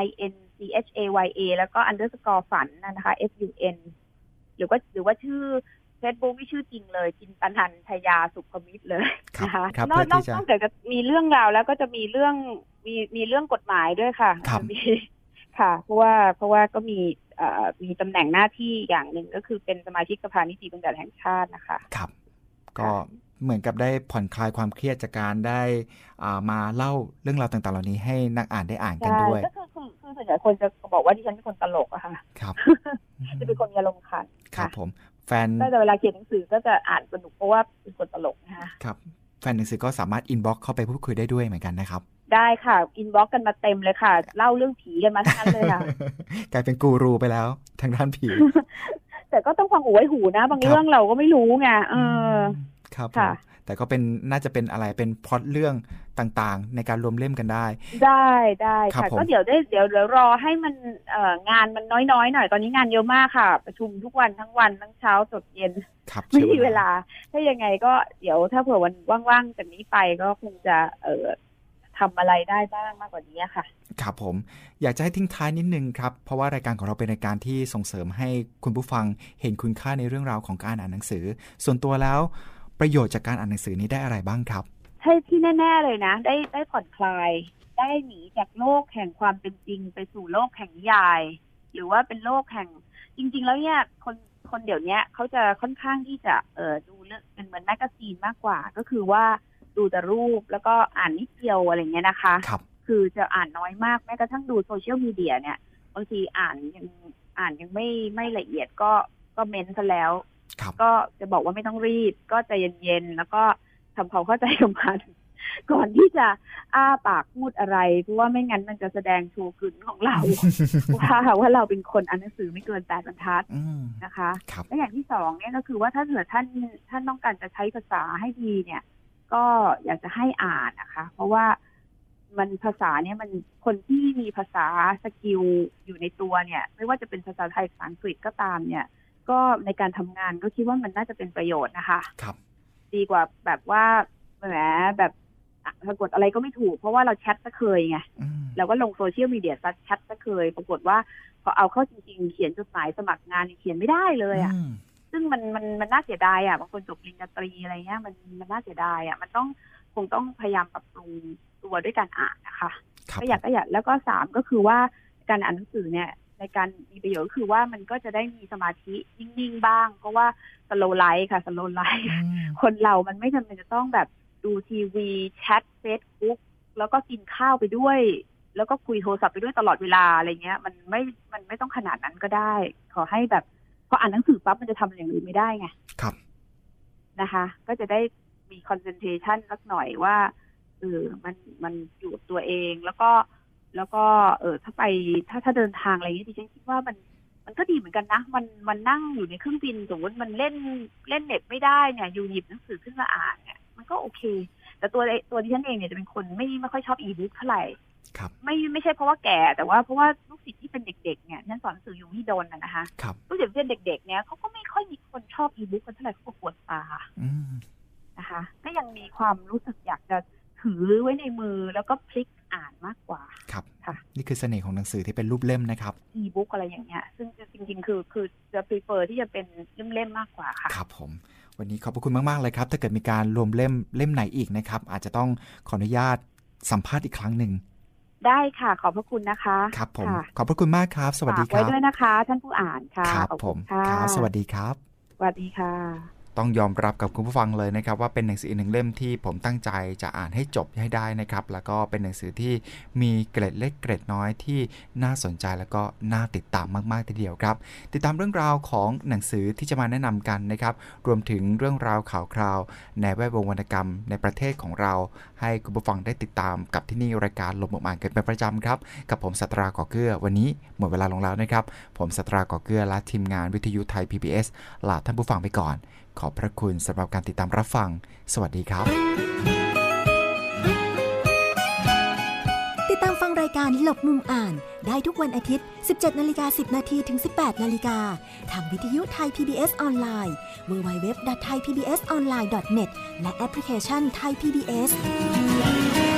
JINCHAYA แล้วก็ underscore ฝันนะคะ FUN หรือว่าชื่อ Facebook ไม่ชื่อจริงเลยจินตนันทยาสุขมิตรเลยนะคะนอกจากจะมีเรื่องราวแล้วก็จะมีเรื่องกฎหมายด้วยค่ะค่ะเพราะว่าก็มีตำแหน่งหน้าที่อย่างหนึ่งก็คือเป็นสมาชิกสภานิติบัญญัติแห่งชาตินะคะครับก็เหมือนกับได้ผ่อนคลายความเครียดจากการได้มาเล่าเรื่องราวต่างๆเหล่านี้ให้นักอ่านได้อ่านกันด้วยก็คือส่วนใหญ่คนจะบอกว่าดิฉันเป็นคนตลกอะค่ะครับจะเป็นคนมีอารมณ์ขันครับผมแฟนแต่เวลาเขียนหนังสือก็จะอ่านสนุกเพราะว่าเป็นคนตลกนะคะครับแฟนหนังสือก็สามารถอินบ็อกซ์เข้าไปพูดคุยได้ด้วยเหมือนกันนะครับได้ค่ะอินบ็อกซ์กันมาเต็มเลยค่ะเล่าเรื่องผีกันมาทั้งนั้นเลยค่ะกลายเป็นกูรูไปแล้วทางด้านผีแต่ก็ต้องฟังหูไว้หูนะบางเรื่องเราก็ไม่รู้ไงครับแต่ก็เป็นน่าจะเป็นอะไรเป็นพล็อตเรื่องต่างๆในการรวมเล่มกันได้ค่ะก็เดี๋ยวรอให้มันงานมันน้อยๆหน่อยตอนนี้งานเยอะมากค่ะประชุมทุกวันทั้งวันทั้งเช้าจดเย็นไม่มีเวลาถ้ายังไงก็เดี๋ยวถ้าเผื่อวันว่างๆจากนี้ไปก็คงจะทำอะไรได้บ้างมากกว่านี้ค่ะครับผมอยากจะให้ทิ้งท้ายนิดนึงครับเพราะว่ารายการของเราเป็นรายการที่ส่งเสริมให้คุณผู้ฟังเห็นคุณค่าในเรื่องราวของการอ่านหนังสือส่วนตัวแล้วประโยชน์จากการอ่านหนังสือนี้ได้อะไรบ้างครับที่แน่ๆเลยนะได้ผ่อนคลายได้หนีจากโลกแห่งความเป็นจริงไปสู่โลกแห่งนิยายหรือว่าเป็นโลกแห่งจริงๆแล้วเนี่ยคนเดี๋ยวนี้เขาจะค่อนข้างที่จะดูเรื่องเป็นเหมือนแมกกาซีนมากกว่าก็คือว่าดูแต่รูปแล้วก็อ่านนิดเดียวอะไรเงี้ยนะคะคือจะอ่านน้อยมากแม้กระทั่งดูโซเชียลมีเดียเนี่ยบางทีอ่านยังไม่ละเอียดก็เม้นซะแล้วก็จะบอกว่าไม่ต้องรีบก็ใจเย็นๆแล้วก็ทำความเข้าใจกับมันก่อนที่จะอ้าปากพูดอะไรเพราะว่าไม่งั้นมันจะแสดงโชว์กึ่นของเราว่าเราเป็นคนอ่านหนังสือไม่เกิน8 บรรทัดนะคะและอย่างที่2เนี่ยก็คือว่าถ้าเกิดท่านต้องการจะใช้ภาษาให้ดีเนี่ยก็อยากจะให้อ่านนะคะเพราะว่ามันภาษาเนี่ยมันคนที่มีภาษาสกิลอยู่ในตัวเนี่ยไม่ว่าจะเป็นภาษาไทยภาษาอังกฤษก็ตามเนี่ยก็ในการทำงานก็คิดว่ามันน่าจะเป็นประโยชน์นะคะครับดีกว่าแบบว่าแหมแบบปรากฏอะไรก็ไม่ถูกเพราะว่าเราแชทซะเคยไงเราก็ลงโซเชียลมีเดียแชทซะเคยปรากฏว่าพอเอาเข้าจริงๆเขียนจดหมายสมัครงานเขียนไม่ได้เลยอ่ะซึ่งมันน่าเสียดายอ่ะบางคนจบปริญญาตรีอะไรเงี้ยมันน่าเสียดายอ่ะมันคงต้องพยายามปรับปรุงตัวด้วยการอ่านนะคะก็อยากแล้วก็3ก็คือว่าการอ่านหนังสือเนี่ยในการมีประโยชน์คือว่ามันก็จะได้มีสมาธินิ่งๆบ้างเพราะว่าสโลว์ไลฟ์ค่ะสโลว์ไลฟ์คนเรามันไม่จำเป็นจะต้องแบบดูทีวีแชทเฟซบุ๊กแล้วก็กินข้าวไปด้วยแล้วก็คุยโทรศัพท์ไปด้วยตลอดเวลาอะไรเงี้ยมันไม่ต้องขนาดนั้นก็ได้ขอให้แบบพออ่านหนังสือปั๊บมันจะทำอย่างอื่นไม่ได้ไงครับนะคะก็จะได้มีคอนเซนเทชันสักหน่อยว่ามันอยู่กับตัวเองแล้วก็ถ้าเดินทางอะไรอย่างนี้ดิฉันคิดว่ามันก็ดีเหมือนกันนะมันนั่งอยู่ในเครื่องบินสมมติมันเล่นเน็ตไม่ได้เนี่ยอยู่หยิบหนังสือขึ้นมาอ่านเนี่ยมันก็โอเคแต่ตัวดิฉันเองเนี่ยจะเป็นคนไม่ค่อยชอบอีบุ๊กเท่าไหร่ไม่ใช่เพราะว่าแก่แต่ว่าเพราะว่าลูกศิษย์ที่เป็นเด็กๆเนี่ยฉันสอนหนังสืออยู่ที่โดนนะคะลูกศิษย์ที่เป็นเด็กๆเนี่ยเขาก็ไม่ค่อยมีคนชอบอีบุ๊กกันเท่าไหร่เขาก็ปวดตานะคะก็ยังมีความรู้สึกอยากจะถือไว้ในมือแล้วก็พลิกอ่านมากกว่าครับค่ะนี่คือเสน่ห์ของหนังสือที่เป็นรูปเล่มนะครับอีบุ๊กอะไรอย่างเงี้ยซึ่งจริงๆคือจะ prefer ที่จะเป็นเล่มๆมากกว่าค่ะครับผมวันนี้ขอบพระคุณมากๆเลยครับถ้าเกิดมีการรวมเล่มไหนอีกนะครับอาจจะต้องขออนุญาตสัมภาษณ์อีกครั้งหนึ่งได้ค่ะขอบพระคุณนะคะครับผมขอบพระคุณมากครับสวัสดีครับฝากไว้ด้วยนะคะท่านผู้อ่านค่ะครับผมครับสวัสดีครับสวัสดีค่ะต้องยอมรับกับคุณผู้ฟังเลยนะครับว่าเป็นหนังสืออีกหนึ่งเล่มที่ผมตั้งใจจะอ่านให้จบให้ได้นะครับแล้วก็เป็นหนังสือที่มีเกร็ดเล็กเกร็ดน้อยที่น่าสนใจแล้วก็น่าติดตามมากๆทีเดียวครับติดตามเรื่องราวของหนังสือที่จะมาแนะนำกันนะครับรวมถึงเรื่องราวข่าวคราวในแวดวงวรรณกรรมในประเทศของเราให้คุณผู้ฟังได้ติดตามกับที่นี่รายการหลบมุมอ่านกันเป็นประจำครับกับผมศัตราก่อเกื้อวันนี้หมดเวลาลงแล้วนะครับผมศัตราก่อเกื้อและทีมงานวิทยุไทย PBS ลาท่านผู้ฟังไปก่อนขอบพระคุณสำหรับการติดตามรับฟังสวัสดีครับติดตามฟังรายการหลบมุมอ่านได้ทุกวันอาทิตย์ 17:10 นถึง 18:00 นทางวิทยุไทย PBS ออนไลน์ www.thaipbsonline.net และแอปพลิเคชัน Thai PBS